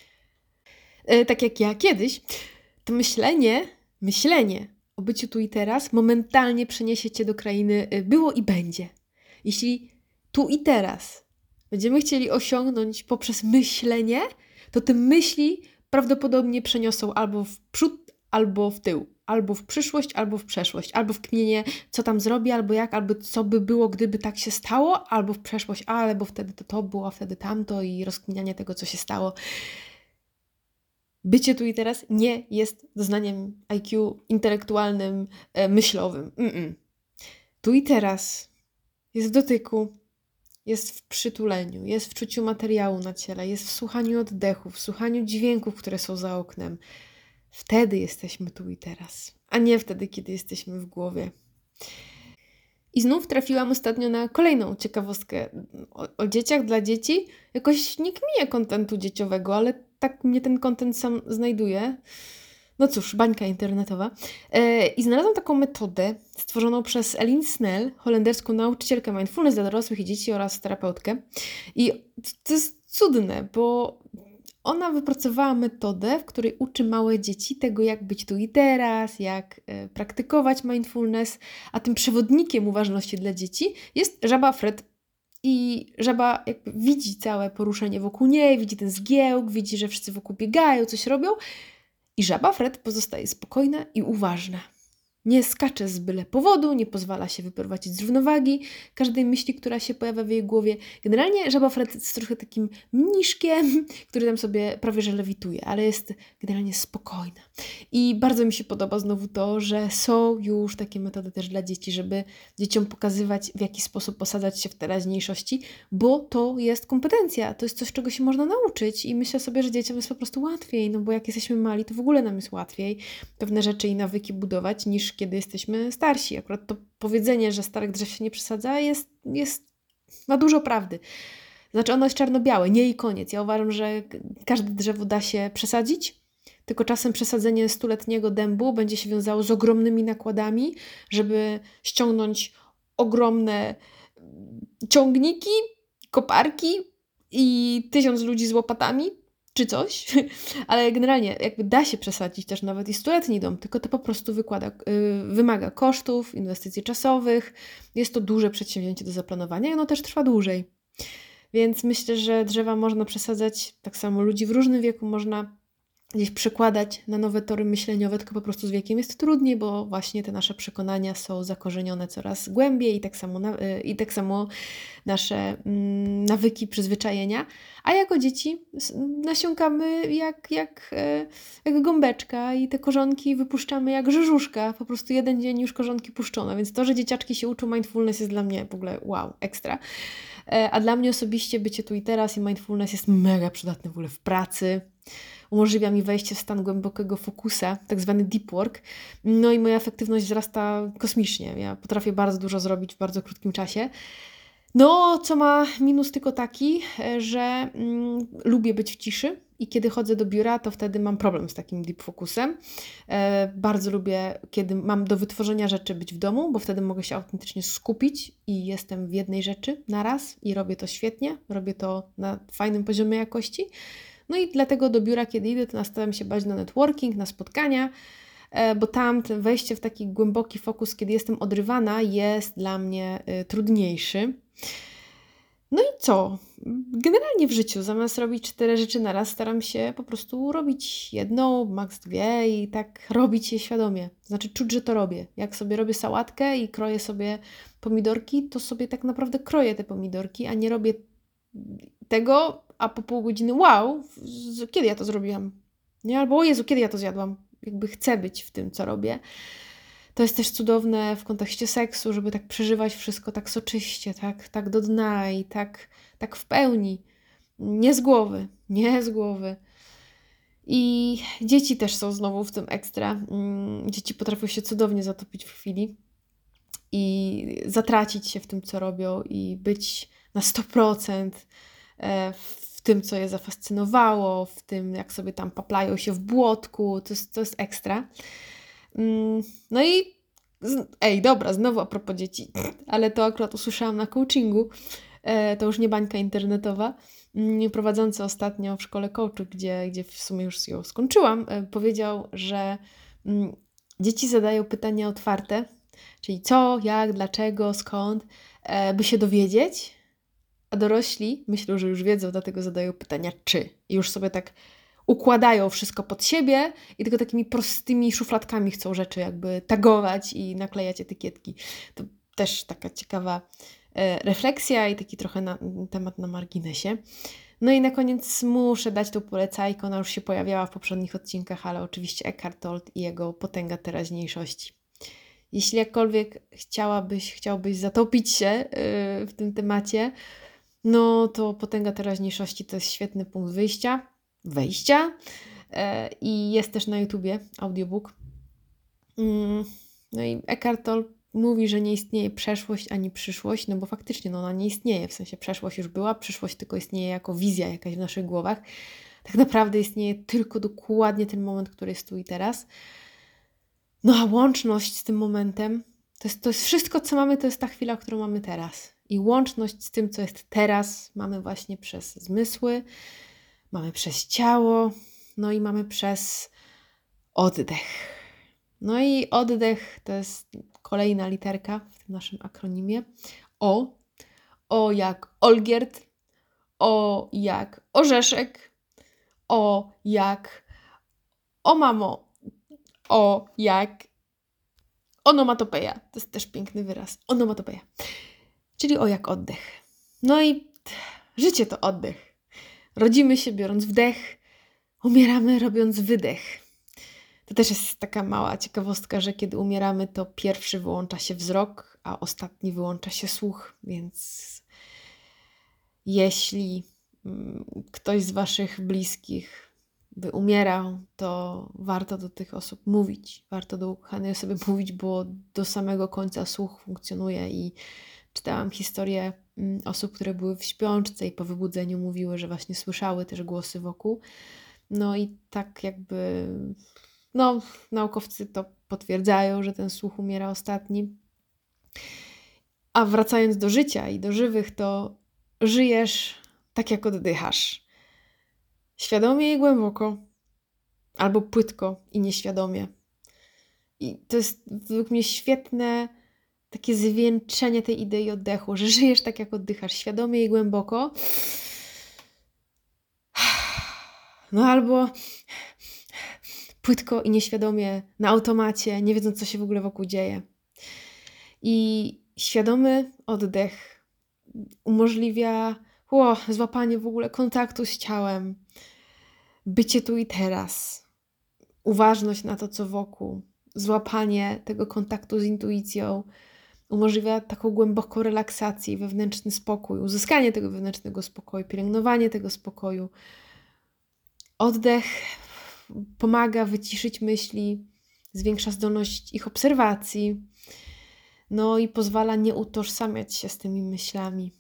tak jak ja kiedyś, to myślenie, myślenie o byciu tu i teraz momentalnie przeniesie cię do krainy było i będzie. Jeśli tu i teraz będziemy chcieli osiągnąć poprzez myślenie, to te myśli prawdopodobnie przeniosą albo w przód, albo w tył. Albo w przyszłość, albo w przeszłość. Albo w kmienie, co tam zrobię, albo jak, albo co by było, gdyby tak się stało, albo w przeszłość, a, bo wtedy to to było, a wtedy tamto i rozkminianie tego, co się stało. Bycie tu i teraz nie jest doznaniem I Q intelektualnym, e, myślowym. Mm-mm. Tu i teraz jest w dotyku, jest w przytuleniu, jest w czuciu materiału na ciele, jest w słuchaniu oddechu, w słuchaniu dźwięków, które są za oknem. Wtedy jesteśmy tu i teraz, a nie wtedy, kiedy jesteśmy w głowie. I znów trafiłam ostatnio na kolejną ciekawostkę o, o dzieciach dla dzieci. Jakoś nie kminie kontentu dzieciowego, ale tak mnie ten kontent sam znajduje. No cóż, bańka internetowa. E, I znalazłam taką metodę stworzoną przez Elin Snell, holenderską nauczycielkę mindfulness dla dorosłych i dzieci oraz terapeutkę. I to jest cudne, bo ona wypracowała metodę, w której uczy małe dzieci tego, jak być tu i teraz, jak e, praktykować mindfulness, a tym przewodnikiem uważności dla dzieci jest żaba Fred. I żaba jakby widzi całe poruszenie wokół niej, widzi ten zgiełk, widzi, że wszyscy wokół biegają, coś robią i żaba Fred pozostaje spokojna i uważna. Nie skacze z byle powodu, nie pozwala się wyprowadzić z równowagi każdej myśli, która się pojawia w jej głowie. Generalnie żaba Fred jest trochę takim mniszkiem, który tam sobie prawie że lewituje, ale jest generalnie spokojna. I bardzo mi się podoba znowu to, że są już takie metody też dla dzieci, żeby dzieciom pokazywać, w jaki sposób posadzać się w teraźniejszości, bo to jest kompetencja, to jest coś, czego się można nauczyć i myślę sobie, że dzieciom jest po prostu łatwiej, no bo jak jesteśmy mali, to w ogóle nam jest łatwiej pewne rzeczy i nawyki budować, niż kiedy jesteśmy starsi. Akurat to powiedzenie, że starych drzew się nie przesadza, jest, jest, ma dużo prawdy. Znaczy ono jest czarno-białe, nie i koniec. Ja uważam, że każde drzewo da się przesadzić, tylko czasem przesadzenie stuletniego dębu będzie się wiązało z ogromnymi nakładami, żeby ściągnąć ogromne ciągniki, koparki i tysiąc ludzi z łopatami, czy coś, ale generalnie jakby da się przesadzić też nawet i stuletni dom, tylko to po prostu wykłada, yy, wymaga kosztów, inwestycji czasowych, jest to duże przedsięwzięcie do zaplanowania i ono też trwa dłużej. Więc myślę, że drzewa można przesadzać, tak samo ludzi w różnym wieku można gdzieś przekładać na nowe tory myśleniowe, tylko po prostu z wiekiem jest trudniej, bo właśnie te nasze przekonania są zakorzenione coraz głębiej i tak samo, na, i tak samo nasze mm, nawyki, przyzwyczajenia, a jako dzieci nasiąkamy jak, jak, e, jak gąbeczka i te korzonki wypuszczamy jak rzeżuszka, po prostu jeden dzień już korzonki puszczono, więc to, że dzieciaczki się uczą mindfulness jest dla mnie w ogóle wow, ekstra. E, a dla mnie osobiście bycie tu i teraz i mindfulness jest mega przydatny w ogóle w pracy, umożliwia mi wejście w stan głębokiego fokusa, tak zwany deep work. No i moja efektywność wzrasta kosmicznie. Ja potrafię bardzo dużo zrobić w bardzo krótkim czasie. No, co ma minus tylko taki, że mm, lubię być w ciszy i kiedy chodzę do biura, to wtedy mam problem z takim deep focusem. E, bardzo lubię, kiedy mam do wytworzenia rzeczy być w domu, bo wtedy mogę się autentycznie skupić i jestem w jednej rzeczy na raz i robię to świetnie, robię to na fajnym poziomie jakości. No i dlatego do biura, kiedy idę, to nastawiam się bać na networking, na spotkania, bo tam wejście w taki głęboki fokus, kiedy jestem odrywana, jest dla mnie trudniejszy. No i co? Generalnie w życiu, zamiast robić cztery rzeczy na raz, staram się po prostu robić jedną, maks dwie i tak robić je świadomie. Znaczy czuć, że to robię. Jak sobie robię sałatkę i kroję sobie pomidorki, to sobie tak naprawdę kroję te pomidorki, a nie robię tego, a po pół godziny wow, kiedy ja to zrobiłam? Nie? Albo o Jezu, kiedy ja to zjadłam? Jakby chcę być w tym, co robię. To jest też cudowne w kontekście seksu, żeby tak przeżywać wszystko tak soczyście, tak, tak do dna i tak, tak w pełni. Nie z głowy, nie z głowy. I dzieci też są znowu w tym ekstra. Dzieci potrafią się cudownie zatopić w chwili i zatracić się w tym, co robią i być na sto procent w tym, co je zafascynowało, w tym, jak sobie tam paplają się w błotku. To jest, to jest ekstra. No i ej, dobra, znowu a propos dzieci, ale to akurat usłyszałam na coachingu, to już nie bańka internetowa. Prowadzący ostatnio w szkole coachów, gdzie, gdzie w sumie już ją skończyłam, powiedział, że dzieci zadają pytania otwarte, czyli co, jak, dlaczego, skąd, by się dowiedzieć, a dorośli myślą, że już wiedzą, dlatego zadają pytania czy. I już sobie tak układają wszystko pod siebie i tylko takimi prostymi szufladkami chcą rzeczy jakby tagować i naklejać etykietki. To też taka ciekawa e, refleksja i taki trochę na, temat na marginesie. No i na koniec muszę dać tą polecajkę, ona już się pojawiała w poprzednich odcinkach, ale oczywiście Eckhart Tolle i jego potęga teraźniejszości. Jeśli jakkolwiek chciałabyś, chciałbyś zatopić się yy, w tym temacie, no to potęga teraźniejszości to jest świetny punkt wyjścia, wejścia yy, i jest też na YouTubie audiobook. Yy, no i Eckhart Tolle mówi, że nie istnieje przeszłość ani przyszłość, no bo faktycznie no ona nie istnieje, w sensie przeszłość już była, przyszłość tylko istnieje jako wizja jakaś w naszych głowach. Tak naprawdę istnieje tylko dokładnie ten moment, który jest tu i teraz. No a łączność z tym momentem, to jest, to jest wszystko, co mamy, to jest ta chwila, którą mamy teraz. I łączność z tym, co jest teraz, mamy właśnie przez zmysły, mamy przez ciało, no i mamy przez oddech. No i oddech to jest kolejna literka w tym naszym akronimie. O. O jak Olgierd. O jak orzeszek. O jak o mamo. O jak onomatopeja. To jest też piękny wyraz. Onomatopeja. Czyli o jak oddech. No i życie to oddech. Rodzimy się biorąc wdech. Umieramy robiąc wydech. To też jest taka mała ciekawostka, że kiedy umieramy, to pierwszy wyłącza się wzrok, a ostatni wyłącza się słuch, więc jeśli ktoś z waszych bliskich by umierał, to warto do tych osób mówić, warto do ukochanej osoby mówić, bo do samego końca słuch funkcjonuje i czytałam historię osób, które były w śpiączce i po wybudzeniu mówiły, że właśnie słyszały też głosy wokół. No i tak jakby... No, naukowcy to potwierdzają, że ten słuch umiera ostatni. A wracając do życia i do żywych, to żyjesz tak, jak oddychasz. świadomie i głęboko, albo płytko i nieświadomie. I to jest według mnie świetne takie zwieńczenie tej idei oddechu, że żyjesz tak, jak oddychasz, świadomie i głęboko. No albo płytko i nieświadomie, na automacie, nie wiedząc, co się w ogóle wokół dzieje. I świadomy oddech umożliwia o, złapanie w ogóle kontaktu z ciałem, bycie tu i teraz, uważność na to, co wokół, złapanie tego kontaktu z intuicją, umożliwia taką głęboką relaksację, wewnętrzny spokój, uzyskanie tego wewnętrznego spokoju, pielęgnowanie tego spokoju. Oddech pomaga wyciszyć myśli, zwiększa zdolność ich obserwacji, no i pozwala nie utożsamiać się z tymi myślami.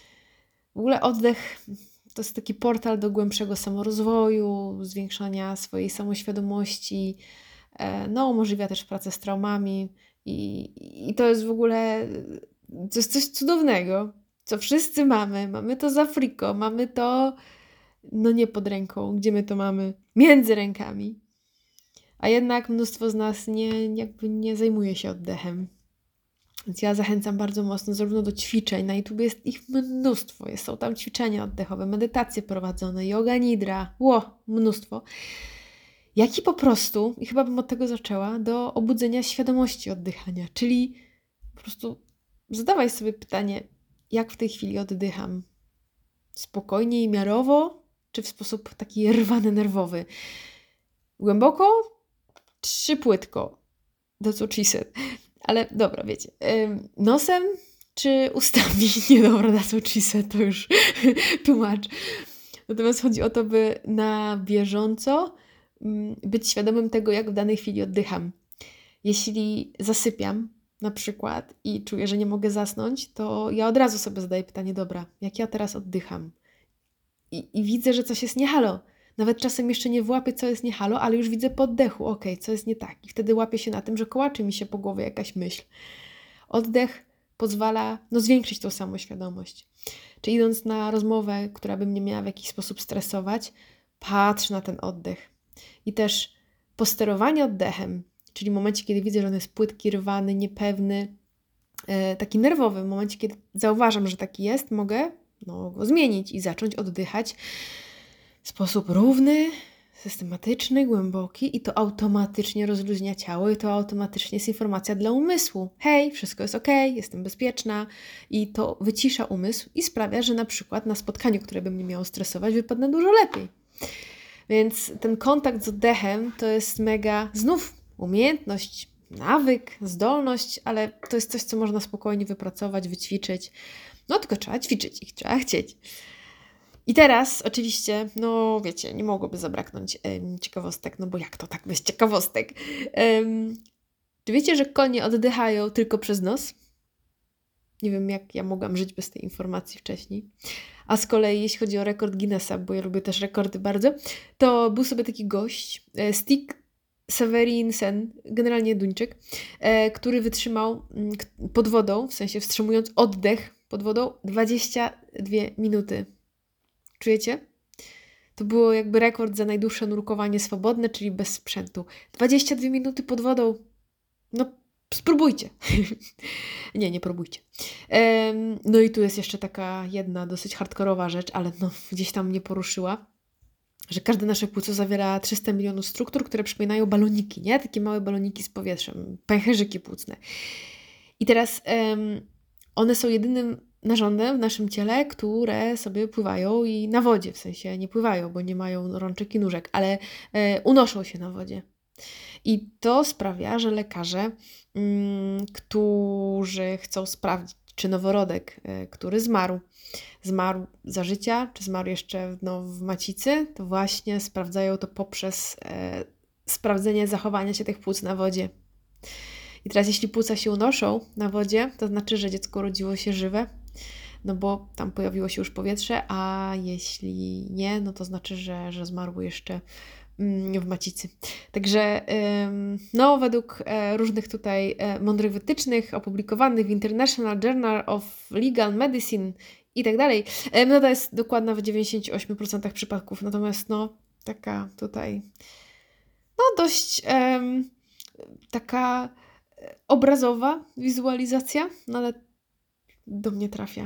W ogóle oddech to jest taki portal do głębszego samorozwoju, zwiększania swojej samoświadomości, no umożliwia też pracę z traumami i, i to jest w ogóle to jest coś cudownego, co wszyscy mamy. Mamy to z Afriko, mamy to no nie pod ręką, gdzie my to mamy? Między rękami. A jednak mnóstwo z nas nie, jakby nie zajmuje się oddechem. Więc ja zachęcam bardzo mocno zarówno do ćwiczeń, na YouTube jest ich mnóstwo, jest, są tam ćwiczenia oddechowe, medytacje prowadzone, yoga nidra, ło, mnóstwo. Jak i po prostu, i chyba bym od tego zaczęła, do obudzenia świadomości oddychania, czyli po prostu zadawaj sobie pytanie, jak w tej chwili oddycham? Spokojnie i miarowo, czy w sposób taki rwany, nerwowy? Głęboko, czy płytko? That's what she said. Ale dobra, wiecie, nosem czy ustami? Nie, dobra, that's what she said, to już tłumacz. Natomiast chodzi o to, by na bieżąco być świadomym tego, jak w danej chwili oddycham. Jeśli zasypiam na przykład i czuję, że nie mogę zasnąć, to ja od razu sobie zadaję pytanie, dobra, jak ja teraz oddycham? I, i widzę, że coś jest nie halo. Nawet czasem jeszcze nie włapię, co jest nie halo, ale już widzę po oddechu, okej, okay, co jest nie tak. I wtedy łapię się na tym, że kołaczy mi się po głowie jakaś myśl. Oddech pozwala no, zwiększyć tą samoświadomość. Czy idąc na rozmowę, która by mnie miała w jakiś sposób stresować, patrz na ten oddech. I też posterowanie oddechem, czyli w momencie, kiedy widzę, że on jest płytki, rwany, niepewny, e, taki nerwowy, w momencie, kiedy zauważam, że taki jest, mogę no, go zmienić i zacząć oddychać w sposób równy, systematyczny, głęboki i to automatycznie rozluźnia ciało i to automatycznie jest informacja dla umysłu. Hej, wszystko jest okej, jestem bezpieczna i to wycisza umysł i sprawia, że na przykład na spotkaniu, które by mnie miało stresować, wypadnę dużo lepiej. Więc ten kontakt z oddechem to jest mega, znów umiejętność, nawyk, zdolność, ale to jest coś, co można spokojnie wypracować, wyćwiczyć. No tylko trzeba ćwiczyć ich, trzeba chcieć. I teraz oczywiście, no wiecie, nie mogłoby zabraknąć em, ciekawostek, no bo jak to tak bez ciekawostek? Em, czy wiecie, że konie oddychają tylko przez nos? Nie wiem, jak ja mogłam żyć bez tej informacji wcześniej. A z kolei, jeśli chodzi o rekord Guinnessa, bo ja lubię też rekordy bardzo, to był sobie taki gość, e, Stig Severinsen, generalnie Duńczyk, e, który wytrzymał m, k- pod wodą, w sensie wstrzymując oddech pod wodą, dwadzieścia dwie minuty. Czujecie? To było jakby rekord za najdłuższe nurkowanie swobodne, czyli bez sprzętu. dwadzieścia dwie minuty pod wodą. No, spróbujcie. nie, nie próbujcie. Em, no i tu jest jeszcze taka jedna dosyć hardkorowa rzecz, ale no, gdzieś tam mnie poruszyła, że każde nasze płuco zawiera trzysta milionów struktur, które przypominają baloniki, nie? Takie małe baloniki z powietrzem, pęcherzyki płucne. I teraz em, one są jedynym narządem w naszym ciele, które sobie pływają i na wodzie, w sensie nie pływają, bo nie mają rączek i nóżek, ale e, unoszą się na wodzie. I to sprawia, że lekarze, mm, którzy chcą sprawdzić, czy noworodek, e, który zmarł, zmarł za życia, czy zmarł jeszcze no, w macicy, to właśnie sprawdzają to poprzez e, sprawdzenie zachowania się tych płuc na wodzie. I teraz jeśli płuca się unoszą na wodzie, to znaczy, że dziecko urodziło się żywe, no bo tam pojawiło się już powietrze, a jeśli nie, no to znaczy, że, że zmarło jeszcze w macicy. Także no, według różnych tutaj mądrych wytycznych opublikowanych w International Journal of Legal Medicine i tak dalej. E, Metoda jest dokładna w dziewięćdziesięciu ośmiu procentach przypadków, natomiast no taka tutaj no dość em, taka e, obrazowa wizualizacja, no ale do mnie trafia.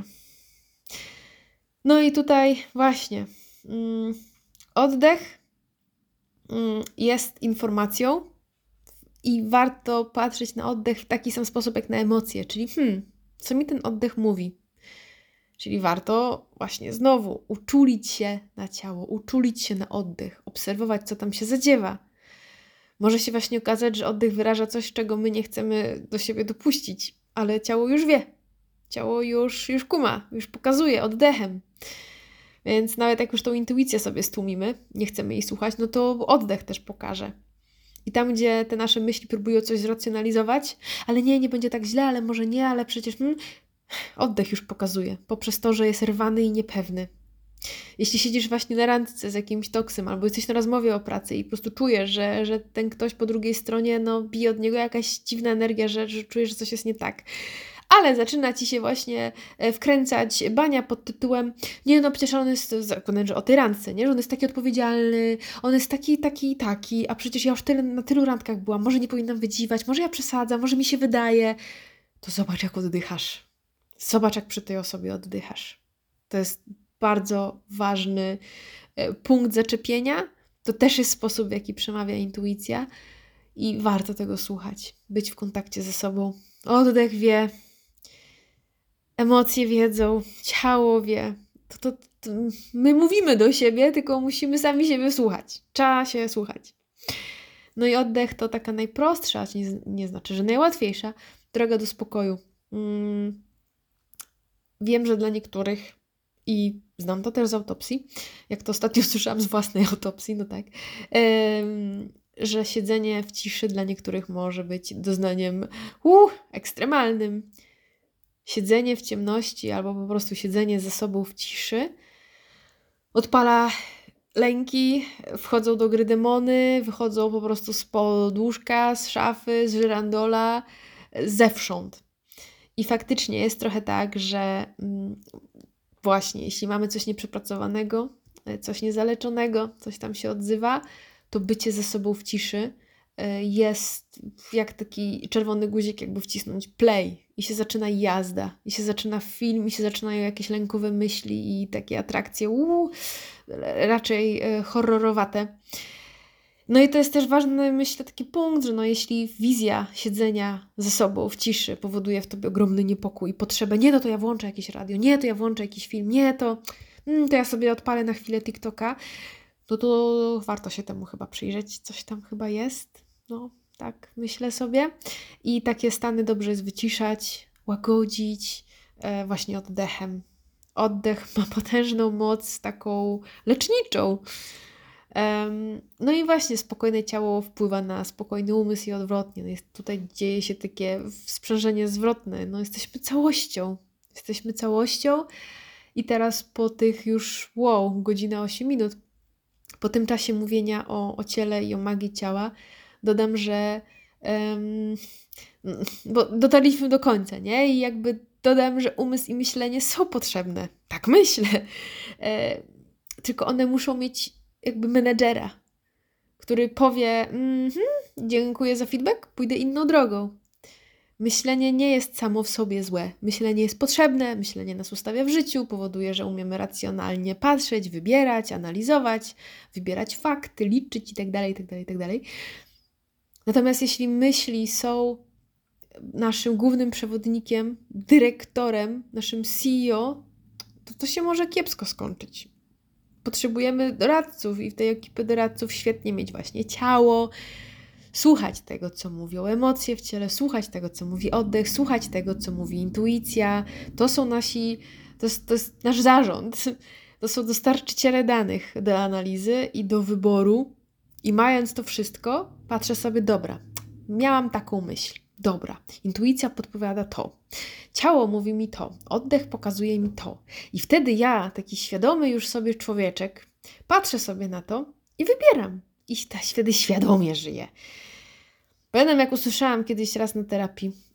No i tutaj właśnie mm, oddech mm, jest informacją i warto patrzeć na oddech w taki sam sposób jak na emocje, czyli hmm, co mi ten oddech mówi? Czyli warto właśnie znowu uczulić się na ciało, uczulić się na oddech, obserwować, co tam się zadziewa. Może się właśnie okazać, że oddech wyraża coś, czego my nie chcemy do siebie dopuścić, ale ciało już wie. Ciało już, już kuma, już pokazuje oddechem. Więc nawet jak już tą intuicję sobie stłumimy, nie chcemy jej słuchać, no to oddech też pokaże. I tam, gdzie te nasze myśli próbują coś zracjonalizować, ale nie, nie będzie tak źle, ale może nie, ale przecież hmm, oddech już pokazuje, poprzez to, że jest rwany i niepewny. Jeśli siedzisz właśnie na randce z jakimś toksem, albo jesteś na rozmowie o pracy i po prostu czujesz, że, że ten ktoś po drugiej stronie, no bije od niego jakaś dziwna energia, że, że czujesz, że coś jest nie tak. Ale zaczyna ci się właśnie wkręcać bania pod tytułem nie no, przecież on jest, zakładam, że o tej randce, nie? Że on jest taki odpowiedzialny, on jest taki, taki, taki, a przecież ja już tyle, na tylu randkach byłam, może nie powinnam wydziwać, może ja przesadzam, może mi się wydaje. To zobacz, jak oddychasz. Zobacz, jak przy tej osobie oddychasz. To jest bardzo ważny punkt zaczepienia. To też jest sposób, w jaki przemawia intuicja i warto tego słuchać. Być w kontakcie ze sobą. Oddech wie, emocje wiedzą, ciało wie. To, to, to my mówimy do siebie, tylko musimy sami siebie słuchać. Trzeba się słuchać. No i oddech to taka najprostsza, nie, nie znaczy, że najłatwiejsza droga do spokoju. Hmm. Wiem, że dla niektórych, i znam to też z autopsji, jak to ostatnio słyszałam z własnej autopsji, no tak, ym, że siedzenie w ciszy dla niektórych może być doznaniem uh, ekstremalnym. Siedzenie w ciemności albo po prostu siedzenie ze sobą w ciszy odpala lęki, wchodzą do gry demony, wychodzą po prostu spod łóżka, z szafy, z żyrandola, zewsząd. I faktycznie jest trochę tak, że mm, właśnie jeśli mamy coś nieprzepracowanego, coś niezaleczonego, coś tam się odzywa, to bycie ze sobą w ciszy jest jak taki czerwony guzik, jakby wcisnąć play i się zaczyna jazda, i się zaczyna film, i się zaczynają jakieś lękowe myśli i takie atrakcje, uu, raczej horrorowate. No i to jest też ważny, myślę, taki punkt, że no jeśli wizja siedzenia ze sobą w ciszy powoduje w tobie ogromny niepokój i potrzebę, nie, no to ja włączę jakieś radio, nie, to ja włączę jakiś film, nie, to, mm, to ja sobie odpalę na chwilę TikToka, no to warto się temu chyba przyjrzeć, coś tam chyba jest, no tak myślę sobie. I takie stany dobrze jest wyciszać, łagodzić e, właśnie oddechem. Oddech ma potężną moc taką leczniczą. No i właśnie spokojne ciało wpływa na spokojny umysł i odwrotnie. No jest, tutaj dzieje się takie sprzężenie zwrotne. No jesteśmy całością. Jesteśmy całością i teraz po tych już, wow, godzina osiem minut, po tym czasie mówienia o, o ciele i o magii ciała, dodam, że um, bo dotarliśmy do końca, nie? I jakby dodam, że umysł i myślenie są potrzebne. Tak myślę. E, tylko one muszą mieć jakby menedżera, który powie mm-hmm, dziękuję za feedback, pójdę inną drogą. Myślenie nie jest samo w sobie złe. Myślenie jest potrzebne, myślenie nas ustawia w życiu, powoduje, że umiemy racjonalnie patrzeć, wybierać, analizować, wybierać fakty, liczyć itd., itd., itd. Natomiast jeśli myśli są naszym głównym przewodnikiem, dyrektorem, naszym C E O, to to się może kiepsko skończyć. Potrzebujemy doradców i w tej ekipie doradców świetnie mieć właśnie ciało, słuchać tego, co mówią emocje w ciele, słuchać tego, co mówi oddech, słuchać tego, co mówi intuicja. To są nasi, to jest, to jest nasz zarząd. To są dostarczyciele danych do analizy i do wyboru. I mając to wszystko, patrzę sobie, dobra, miałam taką myśl. Dobra, intuicja podpowiada to. Ciało mówi mi to. Oddech pokazuje mi to. I wtedy ja, taki świadomy już sobie człowieczek, patrzę sobie na to i wybieram. I wtedy świadomie żyję. Pamiętam, jak usłyszałam kiedyś raz na terapii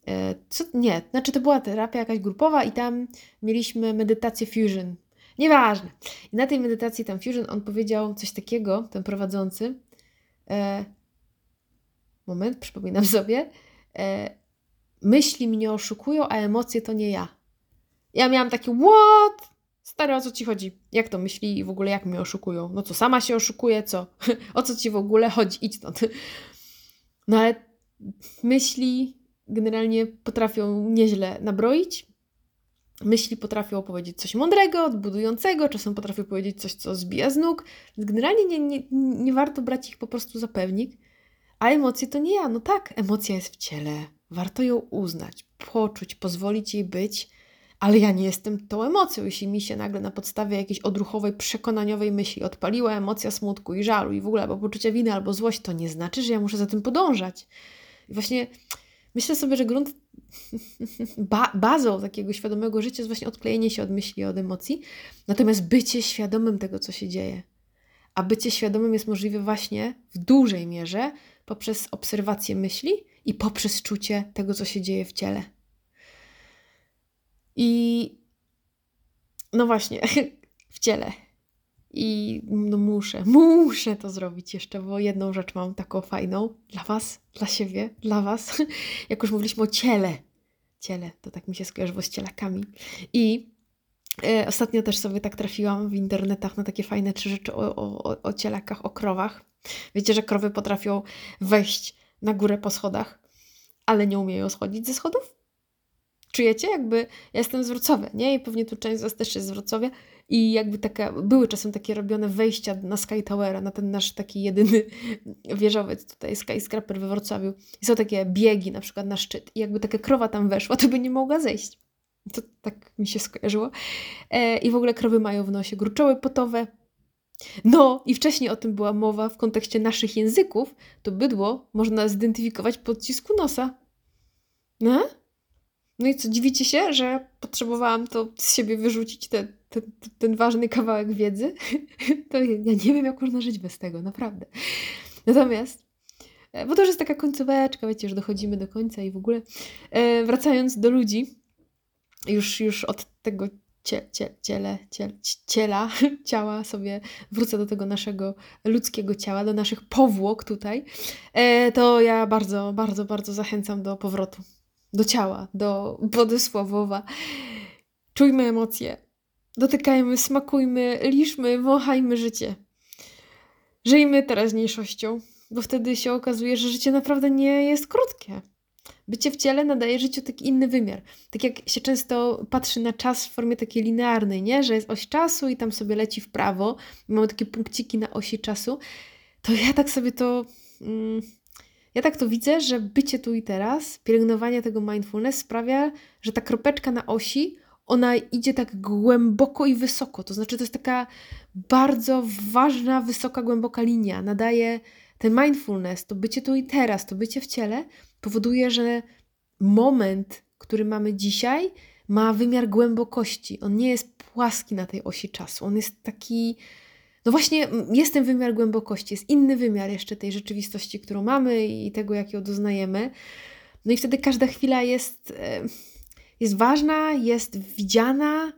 E, co? Nie, znaczy to była terapia jakaś grupowa i tam mieliśmy medytację fusion. Nieważne. I na tej medytacji tam fusion on powiedział coś takiego, ten prowadzący. E, moment, przypominam sobie. E, myśli mnie oszukują, a emocje to nie ja. Ja miałam takie, what? Stary, o co ci chodzi? Jak to myśli i w ogóle jak mnie oszukują? No co, sama się oszukuje? Co? O co ci w ogóle chodzi? Idź stąd. No ale myśli generalnie potrafią nieźle nabroić. Myśli potrafią opowiedzieć coś mądrego, odbudującego, czasem potrafią powiedzieć coś, co zbija z nóg. Więc generalnie nie, nie, nie warto brać ich po prostu za pewnik. A emocje to nie ja. No tak, emocja jest w ciele. Warto ją uznać, poczuć, pozwolić jej być. Ale ja nie jestem tą emocją. Jeśli mi się nagle na podstawie jakiejś odruchowej, przekonaniowej myśli odpaliła emocja smutku i żalu i w ogóle albo poczucia winy, albo złość, to nie znaczy, że ja muszę za tym podążać. I właśnie myślę sobie, że grunt ba- bazą takiego świadomego życia jest właśnie odklejenie się od myśli, od emocji, natomiast bycie świadomym tego, co się dzieje. A bycie świadomym jest możliwe właśnie w dużej mierze poprzez obserwację myśli i poprzez czucie tego, co się dzieje w ciele. I no właśnie, w ciele. I no muszę, muszę to zrobić jeszcze, bo jedną rzecz mam taką fajną dla Was, dla siebie, dla Was. Jak już mówiliśmy o ciele. Ciele, to tak mi się skojarzyło z cielakami. I e, ostatnio też sobie tak trafiłam w internetach na takie fajne trzy rzeczy o, o, o cielakach, o krowach. Wiecie, że krowy potrafią wejść na górę po schodach, ale nie umieją schodzić ze schodów? Czujecie? Jakby ja jestem z Wrocławia, nie? I pewnie tu część z Was też jest z Wrocławia. I jakby taka, były czasem takie robione wejścia na Sky Towera, na ten nasz taki jedyny wieżowiec tutaj, skyscraper we Wrocławiu. I są takie biegi na przykład na szczyt. I jakby taka krowa tam weszła, to by nie mogła zejść. To tak mi się skojarzyło. E, I w ogóle krowy mają w nosie gruczoły potowe. No i wcześniej o tym była mowa w kontekście naszych języków. To bydło można zidentyfikować po odcisku nosa. No? No i co, dziwicie się, że potrzebowałam to z siebie wyrzucić, ten, ten, ten ważny kawałek wiedzy? To ja nie wiem, jak można żyć bez tego, naprawdę. Natomiast, bo to już jest taka końcóweczka, wiecie, że dochodzimy do końca i w ogóle e, wracając do ludzi, już, już od tego cie, cie, ciele, cie, ciela, ciała sobie wrócę do tego naszego ludzkiego ciała, do naszych powłok tutaj, e, to ja bardzo, bardzo, bardzo zachęcam do powrotu. Do ciała, do wody Sławowa. Czujmy emocje. Dotykajmy, smakujmy, liczmy, wąchajmy życie. Żyjmy teraźniejszością, bo wtedy się okazuje, że życie naprawdę nie jest krótkie. Bycie w ciele nadaje życiu taki inny wymiar. Tak jak się często patrzy na czas w formie takiej linearnej, nie? Że jest oś czasu i tam sobie leci w prawo. Mamy takie punkciki na osi czasu. To ja tak sobie to... Mm, Ja tak to widzę, że bycie tu i teraz, pielęgnowanie tego mindfulness sprawia, że ta kropeczka na osi, ona idzie tak głęboko i wysoko. To znaczy to jest taka bardzo ważna, wysoka, głęboka linia. Nadaje ten mindfulness, to bycie tu i teraz, to bycie w ciele powoduje, że moment, który mamy dzisiaj, ma wymiar głębokości. On nie jest płaski na tej osi czasu. On jest taki... No właśnie jest ten wymiar głębokości, jest inny wymiar jeszcze tej rzeczywistości, którą mamy i tego, jak ją doznajemy. No i wtedy każda chwila jest, jest ważna, jest widziana,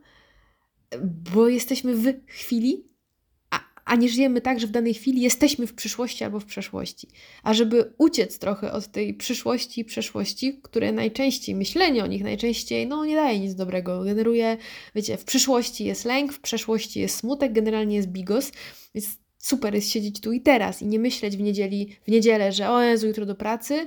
bo jesteśmy w chwili, a, a nie żyjemy tak, że w danej chwili jesteśmy w przyszłości albo w przeszłości. A żeby uciec trochę od tej przyszłości i przeszłości, które najczęściej, myślenie o nich najczęściej, no nie daje nic dobrego. Generuje, wiecie, w przyszłości jest lęk, w przeszłości jest smutek, generalnie jest bigos, więc super jest siedzieć tu i teraz i nie myśleć w niedzieli, w niedzielę, że o Jezu, jutro do pracy,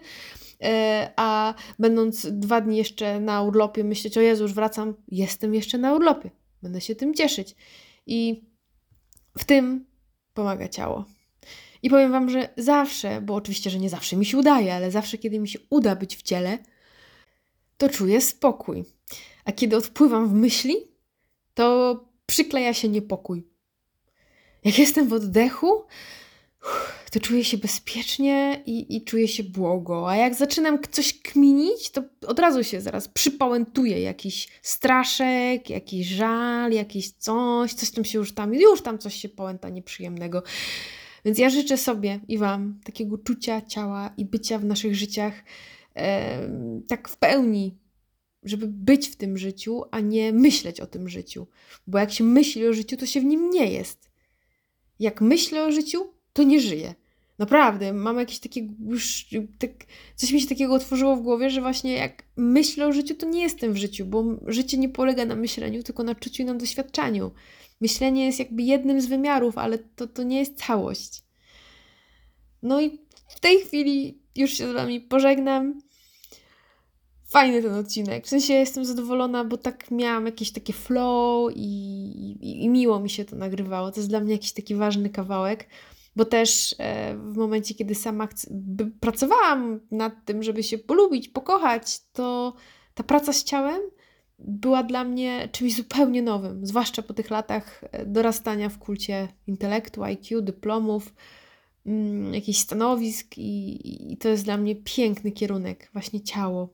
a będąc dwa dni jeszcze na urlopie myśleć, o Jezu, już wracam, jestem jeszcze na urlopie, będę się tym cieszyć. I w tym pomaga ciało. I powiem Wam, że zawsze, bo oczywiście, że nie zawsze mi się udaje, ale zawsze, kiedy mi się uda być w ciele, to czuję spokój. A kiedy odpływam w myśli, to przykleja się niepokój. Jak jestem w oddechu, to czuję się bezpiecznie i, i czuję się błogo. A jak zaczynam coś kminić, to od razu się zaraz przypałętuje jakiś straszek, jakiś żal, jakieś coś, coś tam się już tam, już tam coś się pałęta nieprzyjemnego. Więc ja życzę sobie i Wam takiego czucia ciała i bycia w naszych życiach e, tak w pełni, żeby być w tym życiu, a nie myśleć o tym życiu. Bo jak się myśli o życiu, to się w nim nie jest. Jak myślę o życiu, to nie żyję. Naprawdę, mam jakieś takie już, tak, coś mi się takiego otworzyło w głowie, że właśnie jak myślę o życiu, to nie jestem w życiu, bo życie nie polega na myśleniu, tylko na czuciu i na doświadczaniu. Myślenie jest jakby jednym z wymiarów, ale to, to nie jest całość. No i w tej chwili już się z Wami pożegnam. Fajny ten odcinek. W sensie jestem zadowolona, bo tak miałam jakieś takie flow i, i, i miło mi się to nagrywało. To jest dla mnie jakiś taki ważny kawałek, bo też e, w momencie, kiedy sama chc- by, pracowałam nad tym, żeby się polubić, pokochać, to ta praca z ciałem była dla mnie czymś zupełnie nowym, zwłaszcza po tych latach e, dorastania w kulcie intelektu, I Q, dyplomów, mm, jakichś stanowisk i, i to jest dla mnie piękny kierunek, właśnie ciało.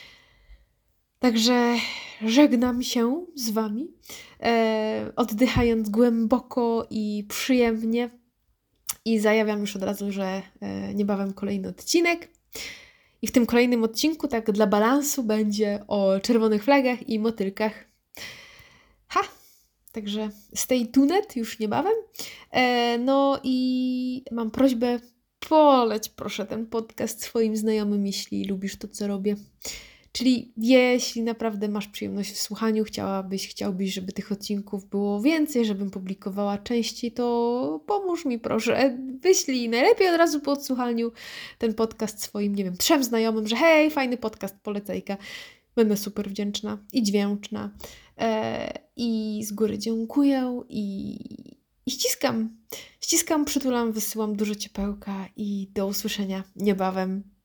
Także żegnam się z Wami, e, oddychając głęboko i przyjemnie i zajawiam już od razu, że e, niebawem kolejny odcinek. I w tym kolejnym odcinku, tak dla balansu, będzie o czerwonych flagach i motylkach. Ha! Także stay tuned już niebawem. E, no i mam prośbę, poleć proszę ten podcast swoim znajomym, jeśli lubisz to, co robię. Czyli jeśli naprawdę masz przyjemność w słuchaniu, chciałabyś, chciałbyś, żeby tych odcinków było więcej, żebym publikowała częściej, to pomóż mi proszę. Wyślij najlepiej od razu po odsłuchaniu ten podcast swoim, nie wiem, trzem znajomym, że hej, fajny podcast, polecajka. Będę super wdzięczna i dźwięczna. Eee, I z góry dziękuję i, i ściskam. Ściskam, przytulam, wysyłam dużo ciepełka i do usłyszenia niebawem.